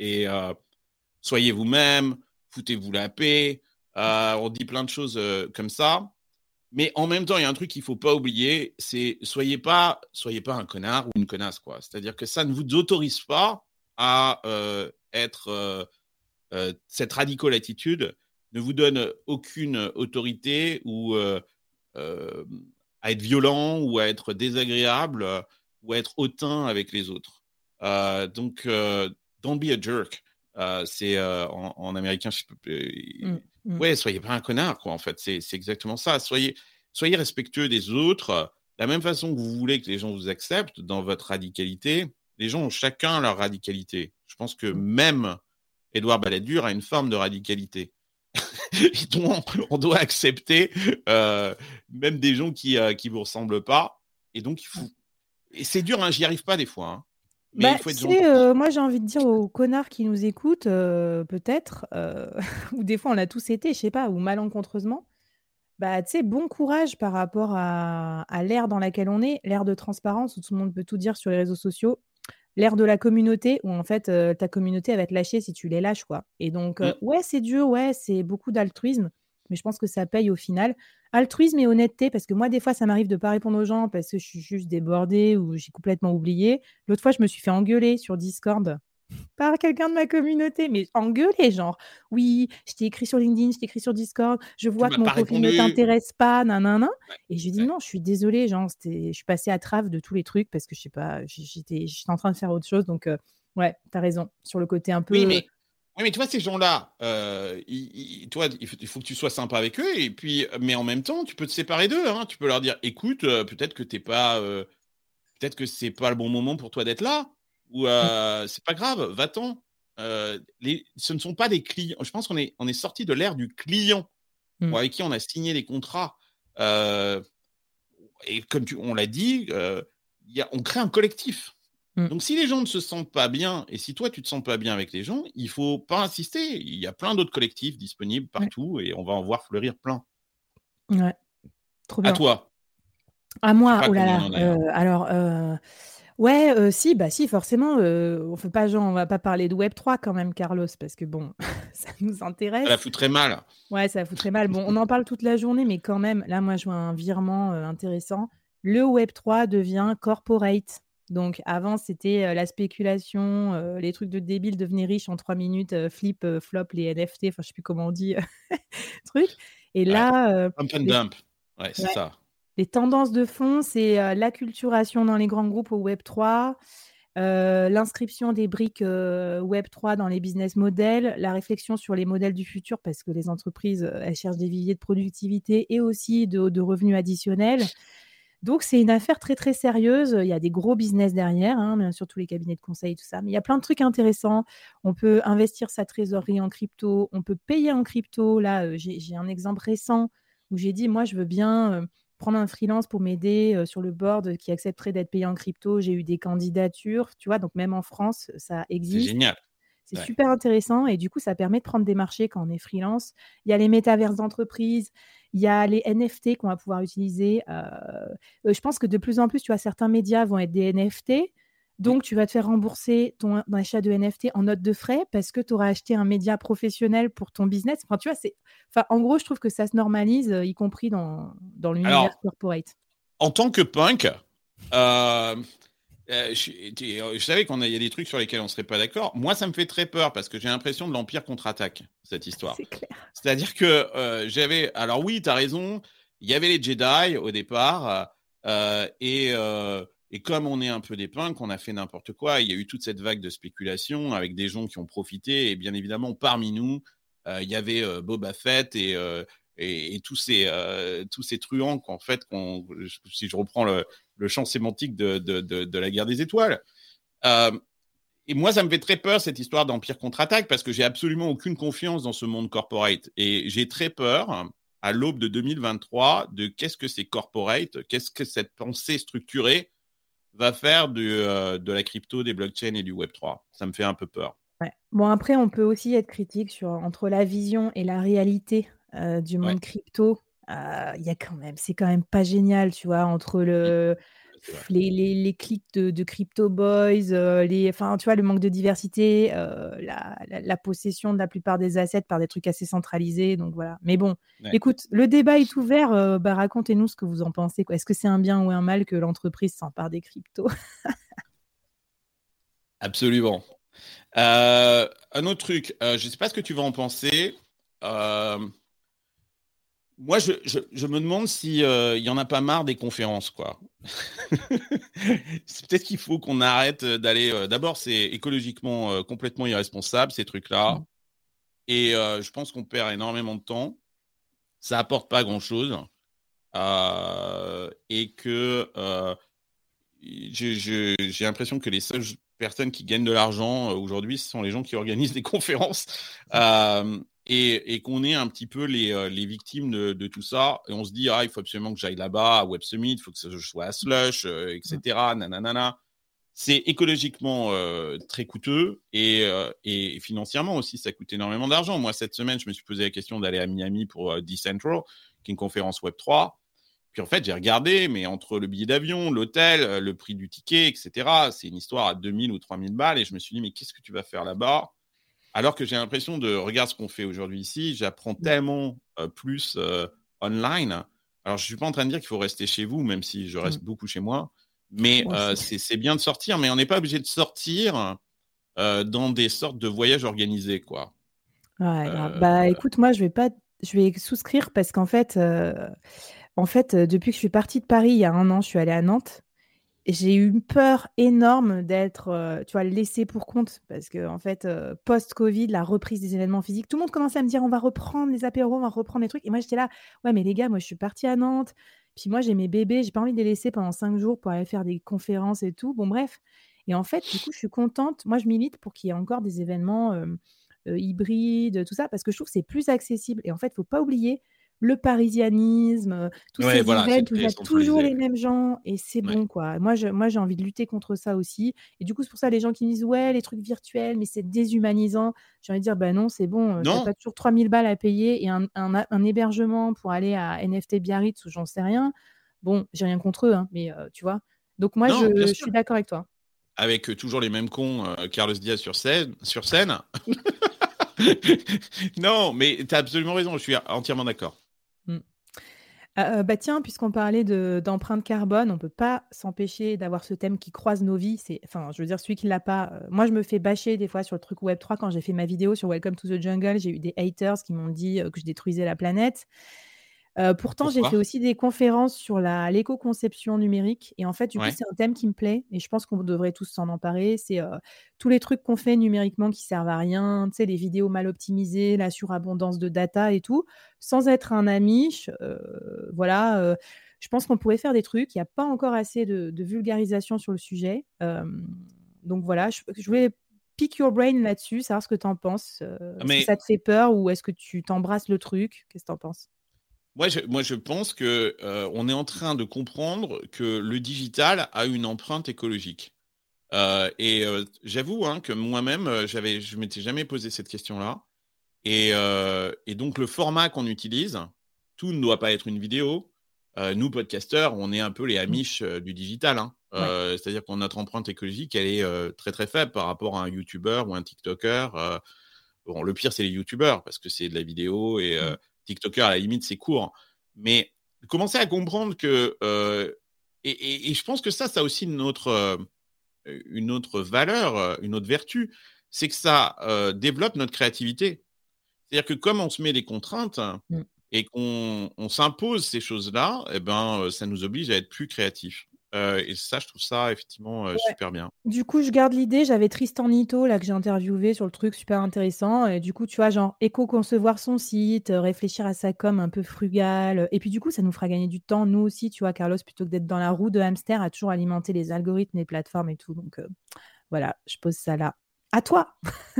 Soyez vous-même, foutez-vous la paix. On dit plein de choses comme ça. Mais en même temps, il y a un truc qu'il ne faut pas oublier, c'est soyez pas un connard ou une connasse, quoi. C'est-à-dire que ça ne vous autorise pas à être cette radical attitude ne vous donne aucune autorité ou euh, à être violent ou à être désagréable ou à être hautain avec les autres. Donc, don't be a jerk. C'est en américain, Mm, mm. ouais, soyez pas un connard, quoi, en fait. C'est exactement ça. Soyez respectueux des autres. De la même façon que vous voulez que les gens vous acceptent dans votre radicalité, les gens ont chacun leur radicalité. Je pense que même Édouard Balladur a une forme de radicalité. On doit accepter même des gens qui vous ressemblent pas. Et donc, et c'est dur, hein, j'y arrive pas des fois. Hein. Mais Bah, il faut tu être sais, gentil. moi j'ai envie de dire aux connards qui nous écoutent, peut-être, ou des fois on l'a tous été, je sais pas, ou malencontreusement, bah, tu sais, bon courage par rapport à l'ère dans laquelle on est, l'ère de transparence où tout le monde peut tout dire sur les réseaux sociaux, l'ère de la communauté où en fait ta communauté elle va te lâcher si tu les lâches, quoi. Et donc, Mm. ouais, c'est dur, ouais, c'est beaucoup d'altruisme, mais je pense que ça paye au final. Altruisme et honnêteté, parce que moi, des fois, ça m'arrive de ne pas répondre aux gens parce que je suis juste débordée ou j'ai complètement oublié. L'autre fois, je me suis fait engueuler sur Discord par quelqu'un de ma communauté, mais engueuler, genre, oui, je t'ai écrit sur LinkedIn, je t'ai écrit sur Discord, je Tu vois m'as que mon pas profil ne répondu. t'intéresse pas, nanana. Ouais, Et je lui dis ouais. non, je suis désolée, genre, je suis passée à trave de tous les trucs parce que je sais pas, j'étais en train de faire autre chose. Donc, ouais, t'as raison. Sur le côté un Oui, peu. mais tu vois, ces gens-là, toi, il faut que tu sois sympa avec eux. Et puis, mais en même temps, tu peux te séparer d'eux. Hein. Tu peux leur dire, écoute, peut-être que t'es pas, peut-être que c'est pas le bon moment pour toi d'être là. Ou c'est pas grave, va-t'en. Ce ne sont pas des clients. Je pense qu'on est sorti de l'ère du client Mm. avec qui on a signé des contrats. Euh, et comme on l'a dit, on crée un collectif. Mm. Donc, si les gens ne se sentent pas bien, et si toi, tu ne te sens pas bien avec les gens, il ne faut pas insister. Il y a plein d'autres collectifs disponibles Ouais, partout et on va en voir fleurir plein. ouais, trop À bien. toi. À Je sais moi, pas oh là combien là. on en est. Hein. Alors, ouais, si, bah si, forcément. On fait pas genre, on va pas parler de Web3 quand même, Carlos, parce que bon, ça nous Ça la intéresse. foutrait mal. Ouais, ça foutrait mal. Bon, on en parle toute la journée, mais quand même, là, moi, je vois un virement intéressant. Le Web3 devient corporate. Donc, avant, c'était la spéculation, les trucs de débiles devenaient riches en 3 minutes, flip, flop, les NFT, enfin, je sais plus comment on dit, truc. Et Ouais. là, Pump and les, dump. Ouais, c'est ouais, ça. Les tendances de fond, c'est l'acculturation dans les grands groupes au Web3, l'inscription des briques Web3 dans les business models, la réflexion sur les modèles du futur, parce que les entreprises, elles cherchent des viviers de productivité et aussi de revenus additionnels. Donc, c'est une affaire très, très sérieuse. Il y a des gros business derrière, hein, bien sûr, tous les cabinets de conseil, tout ça. Mais il y a plein de trucs intéressants. On peut investir sa trésorerie en crypto. On peut payer en crypto. Là, j'ai un exemple récent où j'ai dit, moi, je veux bien prendre un freelance pour m'aider sur le board qui accepterait d'être payé en crypto. J'ai eu des candidatures, tu vois. Donc, même en France, ça C'est existe. génial. C'est Ouais. super intéressant et du coup, ça permet de prendre des marchés quand on est freelance. Il y a les métaverses d'entreprise, il y a les NFT qu'on va pouvoir utiliser. Je pense que de plus en plus, tu vois, certains médias vont être des NFT. Mm. Donc, tu vas te faire rembourser ton achat de NFT en note de frais parce que tu auras acheté un média professionnel pour ton business. Enfin, tu vois, en gros, je trouve que ça se normalise, y compris dans l'univers Alors, corporate. en tant que punk, euh, je savais qu'il y a des trucs sur lesquels on ne serait pas d'accord. Moi, ça me fait très peur parce que j'ai l'impression de l'Empire contre-attaque, cette histoire. C'est clair. C'est-à-dire que j'avais. Alors, oui, tu as raison, il y avait les Jedi au départ. Et comme on est un peu des punks, on a fait n'importe quoi. Il y a eu toute cette vague de spéculation avec des gens qui ont profité. Et bien évidemment, parmi nous, il y avait Boba Fett et tous ces truands qu'en fait, si je reprends le champ sémantique de la guerre des étoiles. Euh, et moi, ça me fait très peur, cette histoire d'Empire contre-attaque, parce que j'ai absolument aucune confiance dans ce monde corporate. Et j'ai très peur, à l'aube de 2023, de qu'est-ce que c'est corporate, qu'est-ce que cette pensée structurée va faire de la crypto, des blockchains et du Web3. Ça me fait un peu peur. Ouais. Bon, après, on peut aussi être critique entre la vision et la réalité du Ouais, monde crypto. Il y a quand même, c'est quand même pas génial, tu vois, entre mm, c'est vrai. les clics de Crypto Boys, enfin, tu vois, le manque de diversité, la possession de la plupart des assets par des trucs assez centralisés. Donc voilà. Mais bon, Ouais, écoute, le débat est ouvert. Bah, racontez-nous ce que vous en pensez, quoi. Est-ce que c'est un bien ou un mal que l'entreprise s'empare des cryptos? absolument. Un autre truc, je ne sais pas ce que tu vas en penser. Euh, Moi, je me demande si il y en a pas marre des conférences, quoi. C'est peut-être qu'il faut qu'on arrête d'aller. D'abord, c'est écologiquement complètement irresponsable ces trucs-là, Mm. et je pense qu'on perd énormément de temps. Ça apporte pas grand-chose, et que j'ai l'impression que les seules personnes qui gagnent de l'argent aujourd'hui, ce sont les gens qui organisent des conférences. Et qu'on est un petit peu les victimes de tout ça. Et on se dit, ah, il faut absolument que j'aille là-bas à Web Summit, il faut que je sois à Slush, Mm. etc. Nanana. C'est écologiquement très coûteux et financièrement aussi, ça coûte énormément d'argent. Moi, cette semaine, je me suis posé la question d'aller à Miami pour Decentral, qui est une conférence Web3. Puis en fait, j'ai regardé, mais entre le billet d'avion, l'hôtel, le prix du ticket, etc., c'est une histoire à 2000 ou 3000 balles. Et je me suis dit, mais qu'est-ce que tu vas faire là-bas? Alors que j'ai l'impression de, regarde ce qu'on fait aujourd'hui ici, j'apprends tellement plus online. Alors, je ne suis pas en train de dire qu'il faut rester chez vous, même si je Mm. reste beaucoup chez moi. Mais Moi aussi. c'est bien de sortir, mais on n'est pas obligé de sortir dans des sortes de voyages organisés, quoi. Ouais, grave. Euh, Bah écoute, moi je vais souscrire parce qu'en fait, depuis que je suis partie de Paris il y a un an, je suis allée à Nantes. Et j'ai eu une peur énorme d'être, tu vois, laissée pour compte parce que en fait, post-Covid, la reprise des événements physiques, tout le monde commençait à me dire: «On va reprendre les apéros, on va reprendre les trucs» et moi j'étais là: «Ouais, mais les gars, moi je suis partie à Nantes, puis moi j'ai mes bébés, j'ai pas envie de les laisser pendant 5 jours pour aller faire des conférences et tout». Bon bref et en fait, du coup, je suis contente. Moi, je milite pour qu'il y ait encore des événements, hybrides, tout ça, parce que je trouve que c'est plus accessible et en fait, faut pas oublier le parisianisme, tous ouais, ces voilà, c'est events où il y très a toujours centralisé. les mêmes gens et c'est Ouais. bon, quoi. Moi, j'ai envie de lutter contre ça aussi et du coup, c'est pour ça les gens qui me disent: «Ouais, les trucs virtuels, mais c'est déshumanisant». J'ai envie de dire: «Bah non, c'est bon, tu Non, pas toujours 3000 balles à payer et un hébergement pour aller à NFT Biarritz ou j'en sais rien». Bon, j'ai rien contre eux, hein, mais tu vois? Donc moi, non, bien je sûr. suis d'accord avec toi. Avec toujours les mêmes cons, Carlos Diaz sur scène. Non, mais tu as absolument raison, je suis entièrement d'accord. Mmh. Bah, tiens, puisqu'on parlait d'empreinte carbone, on peut pas s'empêcher d'avoir ce thème qui croise nos vies. Enfin, je veux dire, celui qui l'a pas, moi, je me fais bâcher des fois sur le truc Web3 quand j'ai fait ma vidéo sur Welcome to the Jungle. J'ai eu des haters qui m'ont dit, que je détruisais la planète. Pourtant, j'ai fait Pourquoi? aussi des conférences sur l'éco-conception numérique et en fait, du coup, Ouais. c'est un thème qui me plaît et je pense qu'on devrait tous s'en emparer. C'est, tous les trucs qu'on fait numériquement qui servent à rien, tu sais, les vidéos mal optimisées, la surabondance de data et tout, sans être un amiche, voilà, je pense qu'on pourrait faire des trucs. Il y a pas encore assez de vulgarisation sur le sujet, donc voilà, je voulais pick your brain là-dessus, savoir ce que tu en penses, est-ce que Mais ça te fait peur ou est-ce que tu t'embrasses le truc? Qu'est-ce que tu en penses? moi, je pense que on est en train de comprendre que le digital a une empreinte écologique. J'avoue hein, que moi-même, je m'étais jamais posé cette question-là. Et donc, le format qu'on utilise, tout ne doit pas être une vidéo. Nous, podcasteurs, on est un peu les Mmh. amiches du digital, hein. Ouais. C'est-à-dire que notre empreinte écologique, elle est très très faible par rapport à un YouTuber ou un TikToker. Bon, le pire, c'est les YouTubers parce que c'est de la vidéo et Mmh. TikToker, à la limite, c'est court. Mais commencer à comprendre que et je pense que ça a aussi une autre valeur, une autre vertu, c'est que ça développe notre créativité. C'est-à-dire que comme on se met des contraintes Mmh. et qu'on s'impose ces choses-là, eh ben, ça nous oblige à être plus créatifs. Et ça, je trouve ça effectivement Ouais. super bien. Du coup, je garde l'idée. J'avais Tristan Nito là que j'ai interviewé sur le truc super intéressant et du coup, tu vois, genre éco-concevoir son site, réfléchir à sa com un peu frugale, et puis du coup, ça nous fera gagner du temps, nous aussi, tu vois, Carlos, plutôt que d'être dans la roue de hamster à toujours alimenter les algorithmes, les plateformes et tout. Donc voilà, je pose ça là. À toi!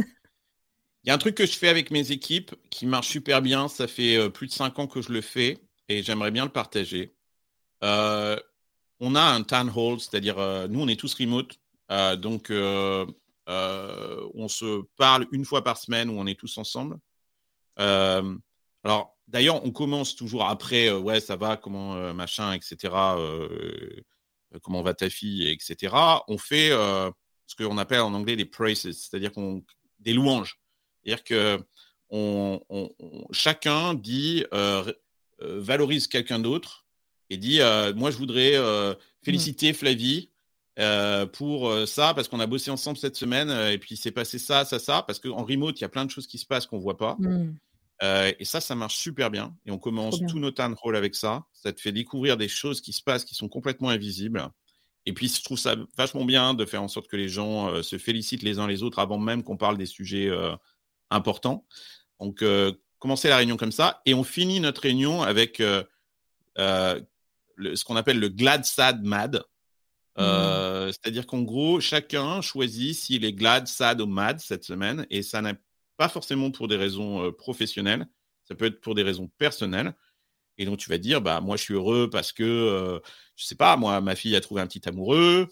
Il y a un truc que je fais avec mes équipes qui marche super bien. Ça fait plus de 5 ans que je le fais et j'aimerais bien le partager. Euh, on a un town hall, c'est-à-dire nous, on est tous remote. Donc, on se parle une fois par semaine où on est tous ensemble. Euh, alors, d'ailleurs, on commence toujours après, ouais, ça va, comment machin, etc. Comment va ta fille, etc. On fait ce qu'on appelle en anglais les praises, c'est-à-dire des louanges. C'est-à-dire que chacun dit, valorise quelqu'un d'autre et dit, moi, je voudrais Mmh. féliciter Flavie pour ça, parce qu'on a bossé ensemble cette semaine, et puis il s'est passé ça, ça, ça, parce qu'en remote, il y a plein de choses qui se passent qu'on ne voit pas. Mmh. Et ça marche super bien. Et on Trop commence bien. tous nos town hall avec ça. Ça te fait découvrir des choses qui se passent qui sont complètement invisibles. Et puis, je trouve ça vachement bien de faire en sorte que les gens se félicitent les uns les autres avant même qu'on parle des sujets importants. Donc, commencer la réunion comme ça. Et on finit notre réunion avec euh, ce qu'on appelle le glad, sad, mad. Mmh. C'est-à-dire qu'en gros, chacun choisit s'il est glad, sad ou mad cette semaine. Et ça n'est pas forcément pour des raisons professionnelles. Ça peut être pour des raisons personnelles. Et donc, tu vas dire, bah, moi, je suis heureux parce que, je sais pas, moi, ma fille a trouvé un petit amoureux,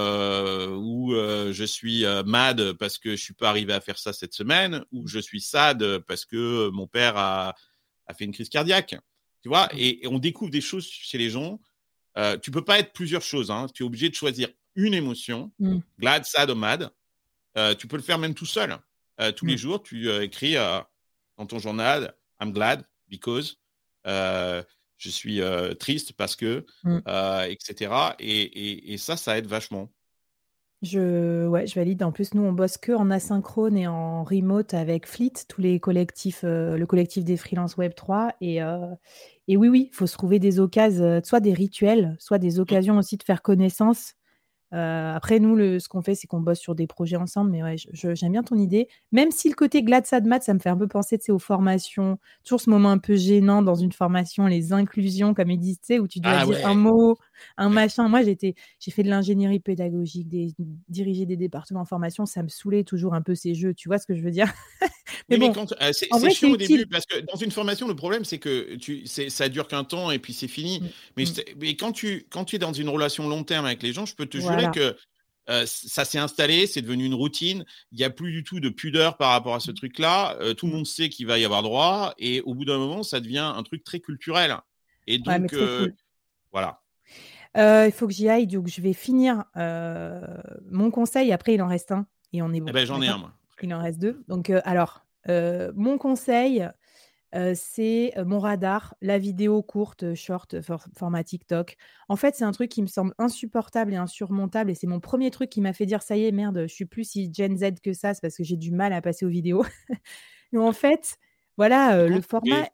ou je suis mad parce que je suis pas arrivé à faire ça cette semaine, ou je suis sad parce que mon père a fait une crise cardiaque. Tu vois, et on découvre des choses chez les gens. Tu peux pas être plusieurs choses, hein. Tu es obligé de choisir une émotion, Mmh. glad, sad ou mad. Tu peux le faire même tout seul. Tous les Mmh. jours, tu écris dans ton journal, I'm glad because, euh, je suis triste parce que, Mmh. etc. Et ça aide vachement. Ouais, je valide. En plus, nous, on bosse que en asynchrone et en remote avec Fleet, tous les collectifs, le collectif des freelances Web3. Et oui, oui, il faut se trouver des occasions, soit des rituels, soit des Mm. occasions aussi de faire connaissance. Après, nous, ce qu'on fait, c'est qu'on bosse sur des projets ensemble. Mais ouais, j'aime bien ton idée. Même si le côté glad sad mat, ça me fait un peu penser, tu sais, aux formations. Toujours ce moment un peu gênant dans une formation, les inclusions, comme ils disent, tu sais, où tu dois Ah dire un ouais, mot, un ouais. machin. Moi, j'ai fait de l'ingénierie pédagogique, diriger des départements en formation. Ça me saoulait toujours un peu ces jeux. Tu vois ce que je veux dire? Mais Oui, mais bon, quand en c'est vrai, c'est chiant au utile. début parce que dans une formation, le problème c'est que ça dure qu'un temps et puis c'est fini. Mm, Mais, mm. mais quand tu es dans une relation long terme avec les gens, je peux te jurer Voilà. que ça s'est installé, c'est devenu une routine. Il n'y a plus du tout de pudeur par rapport à ce truc-là. Tout le Mm. monde sait qu'il va y avoir droit et au bout d'un moment, ça devient un truc très culturel. Et Ouais, mais donc trop cool. voilà. Il faut que j'y aille, donc je vais finir mon conseil. Après, il en reste un et on est Eh bon, ben j'en ai d'accord? un moi. Après. Il en reste deux. Donc, alors, mon conseil, c'est mon radar, la vidéo courte, short, format TikTok. En fait, c'est un truc qui me semble insupportable et insurmontable et c'est mon premier truc qui m'a fait dire: «Ça y est, merde, je suis plus si Gen Z que ça». C'est parce que j'ai du mal à passer aux vidéos. Et en fait, voilà, Mais le format,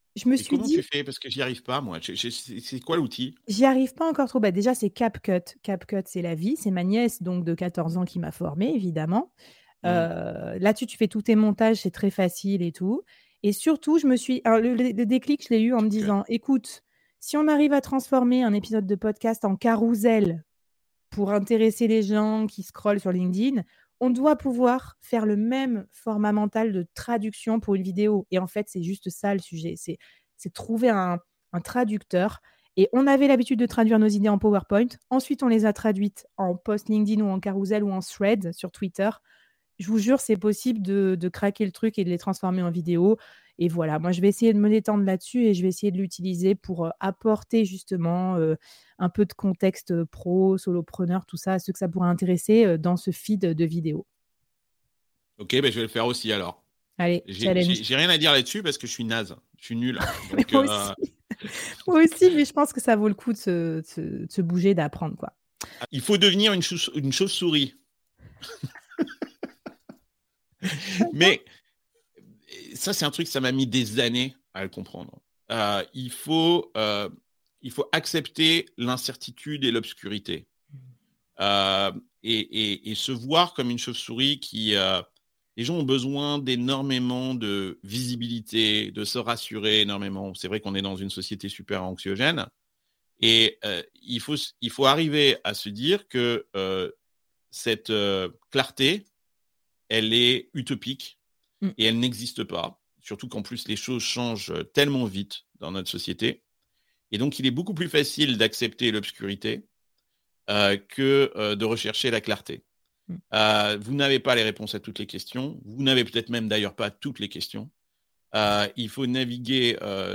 je me Et suis comment tu dit, fais? Parce que j'y arrive pas moi. C'est quoi l'outil? j'y arrive pas encore trop. Bah, déjà, c'est CapCut. CapCut, c'est la vie. C'est ma nièce, donc de 14 ans, qui m'a formée, évidemment. Mmh. Là-dessus, tu fais tous tes montages, c'est très facile et tout. Et surtout, alors le déclic, je l'ai eu en me CapCut. disant: «Écoute, si on arrive à transformer un épisode de podcast en carrousel pour intéresser les gens qui scrollent sur LinkedIn, on doit pouvoir faire le même format mental de traduction pour une vidéo». Et en fait, c'est juste ça le sujet. C'est trouver un traducteur. Et on avait l'habitude de traduire nos idées en PowerPoint. Ensuite, on les a traduites en post LinkedIn ou en carousel ou en thread sur Twitter. Je vous jure, c'est possible de craquer le truc et de les transformer en vidéo. Et voilà, moi, je vais essayer de me détendre là-dessus et je vais essayer de l'utiliser pour apporter justement un peu de contexte pro, solopreneur, tout ça, ceux que ça pourrait intéresser dans ce feed de vidéos. OK, je vais le faire aussi alors. Allez, challenge. J'ai rien à dire là-dessus parce que je suis naze. Je suis nul. Mais Donc, moi aussi. Moi aussi, mais je pense que ça vaut le coup de se bouger, d'apprendre, quoi. il faut devenir une chauve-souris. Mais ça, c'est un truc, ça m'a mis des années à le comprendre. Il faut accepter l'incertitude et l'obscurité. Et se voir comme une chauve-souris qui... les gens ont besoin d'énormément de visibilité, de se rassurer énormément. C'est vrai qu'on est dans une société super anxiogène. Et il faut arriver à se dire que cette clarté, elle est utopique et elle n'existe pas. Surtout qu'en plus, les choses changent tellement vite dans notre société. Et donc, il est beaucoup plus facile d'accepter l'obscurité que de rechercher la clarté. Vous n'avez pas les réponses à toutes les questions. Vous n'avez peut-être même d'ailleurs pas toutes les questions. Il faut naviguer.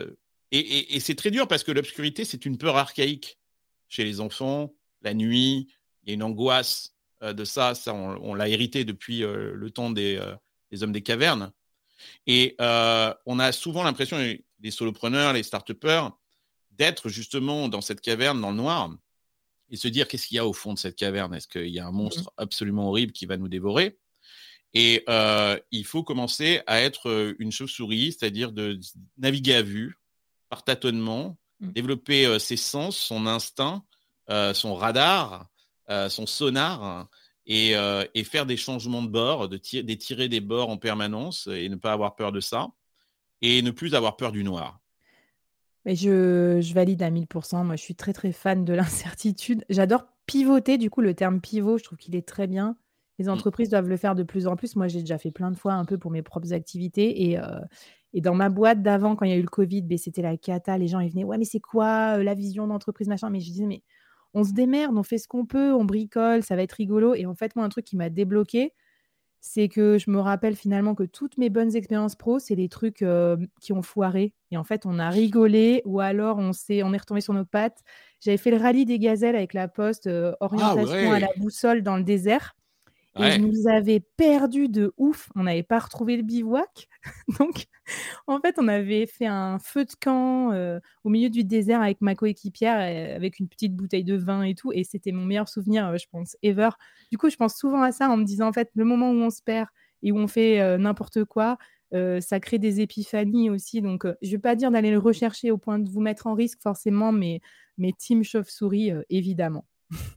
Et c'est très dur parce que l'obscurité, c'est une peur archaïque chez les enfants. La nuit, il y a une angoisse de ça. On l'a hérité depuis le temps des hommes des cavernes. Et on a souvent l'impression, les solopreneurs, les start-upers, d'être justement dans cette caverne, dans le noir, et se dire qu'est-ce qu'il y a au fond de cette caverne? Est-ce qu'il y a un monstre absolument horrible qui va nous dévorer? Et il faut commencer à être une chauve-souris, c'est-à-dire de naviguer à vue, par tâtonnement, développer ses sens, son instinct, son radar, son sonar, et faire des changements de bord, d'étirer des bords en permanence et ne pas avoir peur de ça, et ne plus avoir peur du noir. Mais je valide à 1000%. Moi, je suis très, très fan de l'incertitude. J'adore pivoter. Du coup, le terme pivot, je trouve qu'il est très bien. Les entreprises doivent le faire de plus en plus. Moi, j'ai déjà fait plein de fois un peu pour mes propres activités. Et dans ma boîte d'avant, quand il y a eu le Covid, c'était la cata. Les gens, ils venaient, ouais, mais c'est quoi la vision d'entreprise, machin? Mais je disais, mais on se démerde, on fait ce qu'on peut, on bricole, ça va être rigolo. Et en fait, moi, un truc qui m'a débloqué, c'est que je me rappelle finalement que toutes mes bonnes expériences pro, c'est des trucs qui ont foiré. Et en fait, on a rigolé ou alors on est retombé sur nos pattes. J'avais fait le rallye des gazelles avec la Poste, orientation à la boussole dans le désert. Et ils nous avaient perdus de ouf. On n'avait pas retrouvé le bivouac. Donc, en fait, on avait fait un feu de camp au milieu du désert avec ma coéquipière, avec une petite bouteille de vin et tout. Et c'était mon meilleur souvenir, je pense, ever. Du coup, je pense souvent à ça en me disant, en fait, le moment où on se perd et où on fait n'importe quoi, ça crée des épiphanies aussi. Donc, je ne vais pas dire d'aller le rechercher au point de vous mettre en risque forcément, mais team chauve-souris, évidemment.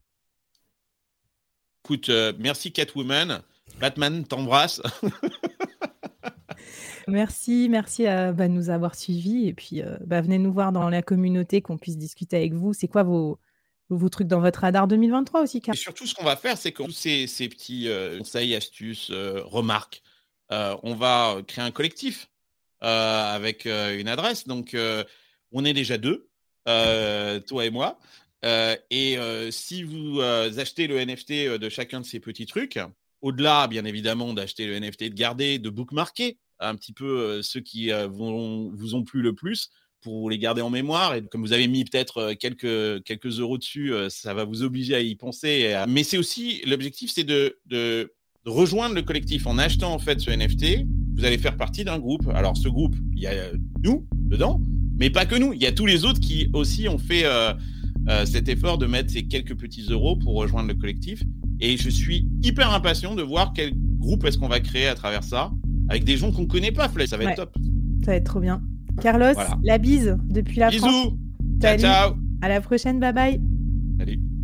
Écoute, merci Catwoman. Batman t'embrasse. Merci de nous avoir suivis. Et puis, venez nous voir dans la communauté, qu'on puisse discuter avec vous. C'est quoi vos trucs dans votre radar 2023 aussi, Et surtout, ce qu'on va faire, c'est que tous ces petits conseils, astuces, remarques, on va créer un collectif avec une adresse. Donc, on est déjà 2, toi et moi. Et si vous achetez le NFT de chacun de ces petits trucs, au-delà, bien évidemment, d'acheter le NFT, de garder, de bookmarker un petit peu ceux qui vous ont plu le plus, pour les garder en mémoire. Et comme vous avez mis peut-être quelques euros dessus, ça va vous obliger à y penser. Mais c'est aussi, l'objectif, c'est de rejoindre le collectif. En achetant en fait ce NFT, vous allez faire partie d'un groupe. Alors ce groupe, il y a nous dedans, mais pas que nous. Il y a tous les autres qui aussi ont fait cet effort de mettre ces quelques petits euros pour rejoindre le collectif. Et je suis hyper impatient de voir quel groupe est-ce qu'on va créer à travers ça, avec des gens qu'on ne connaît pas, Flay. Ça va être top. Ça va être trop bien. Carlos, Voilà. la bise depuis la France. Bisous. Salut. Ciao, ciao. À la prochaine, bye bye. Salut.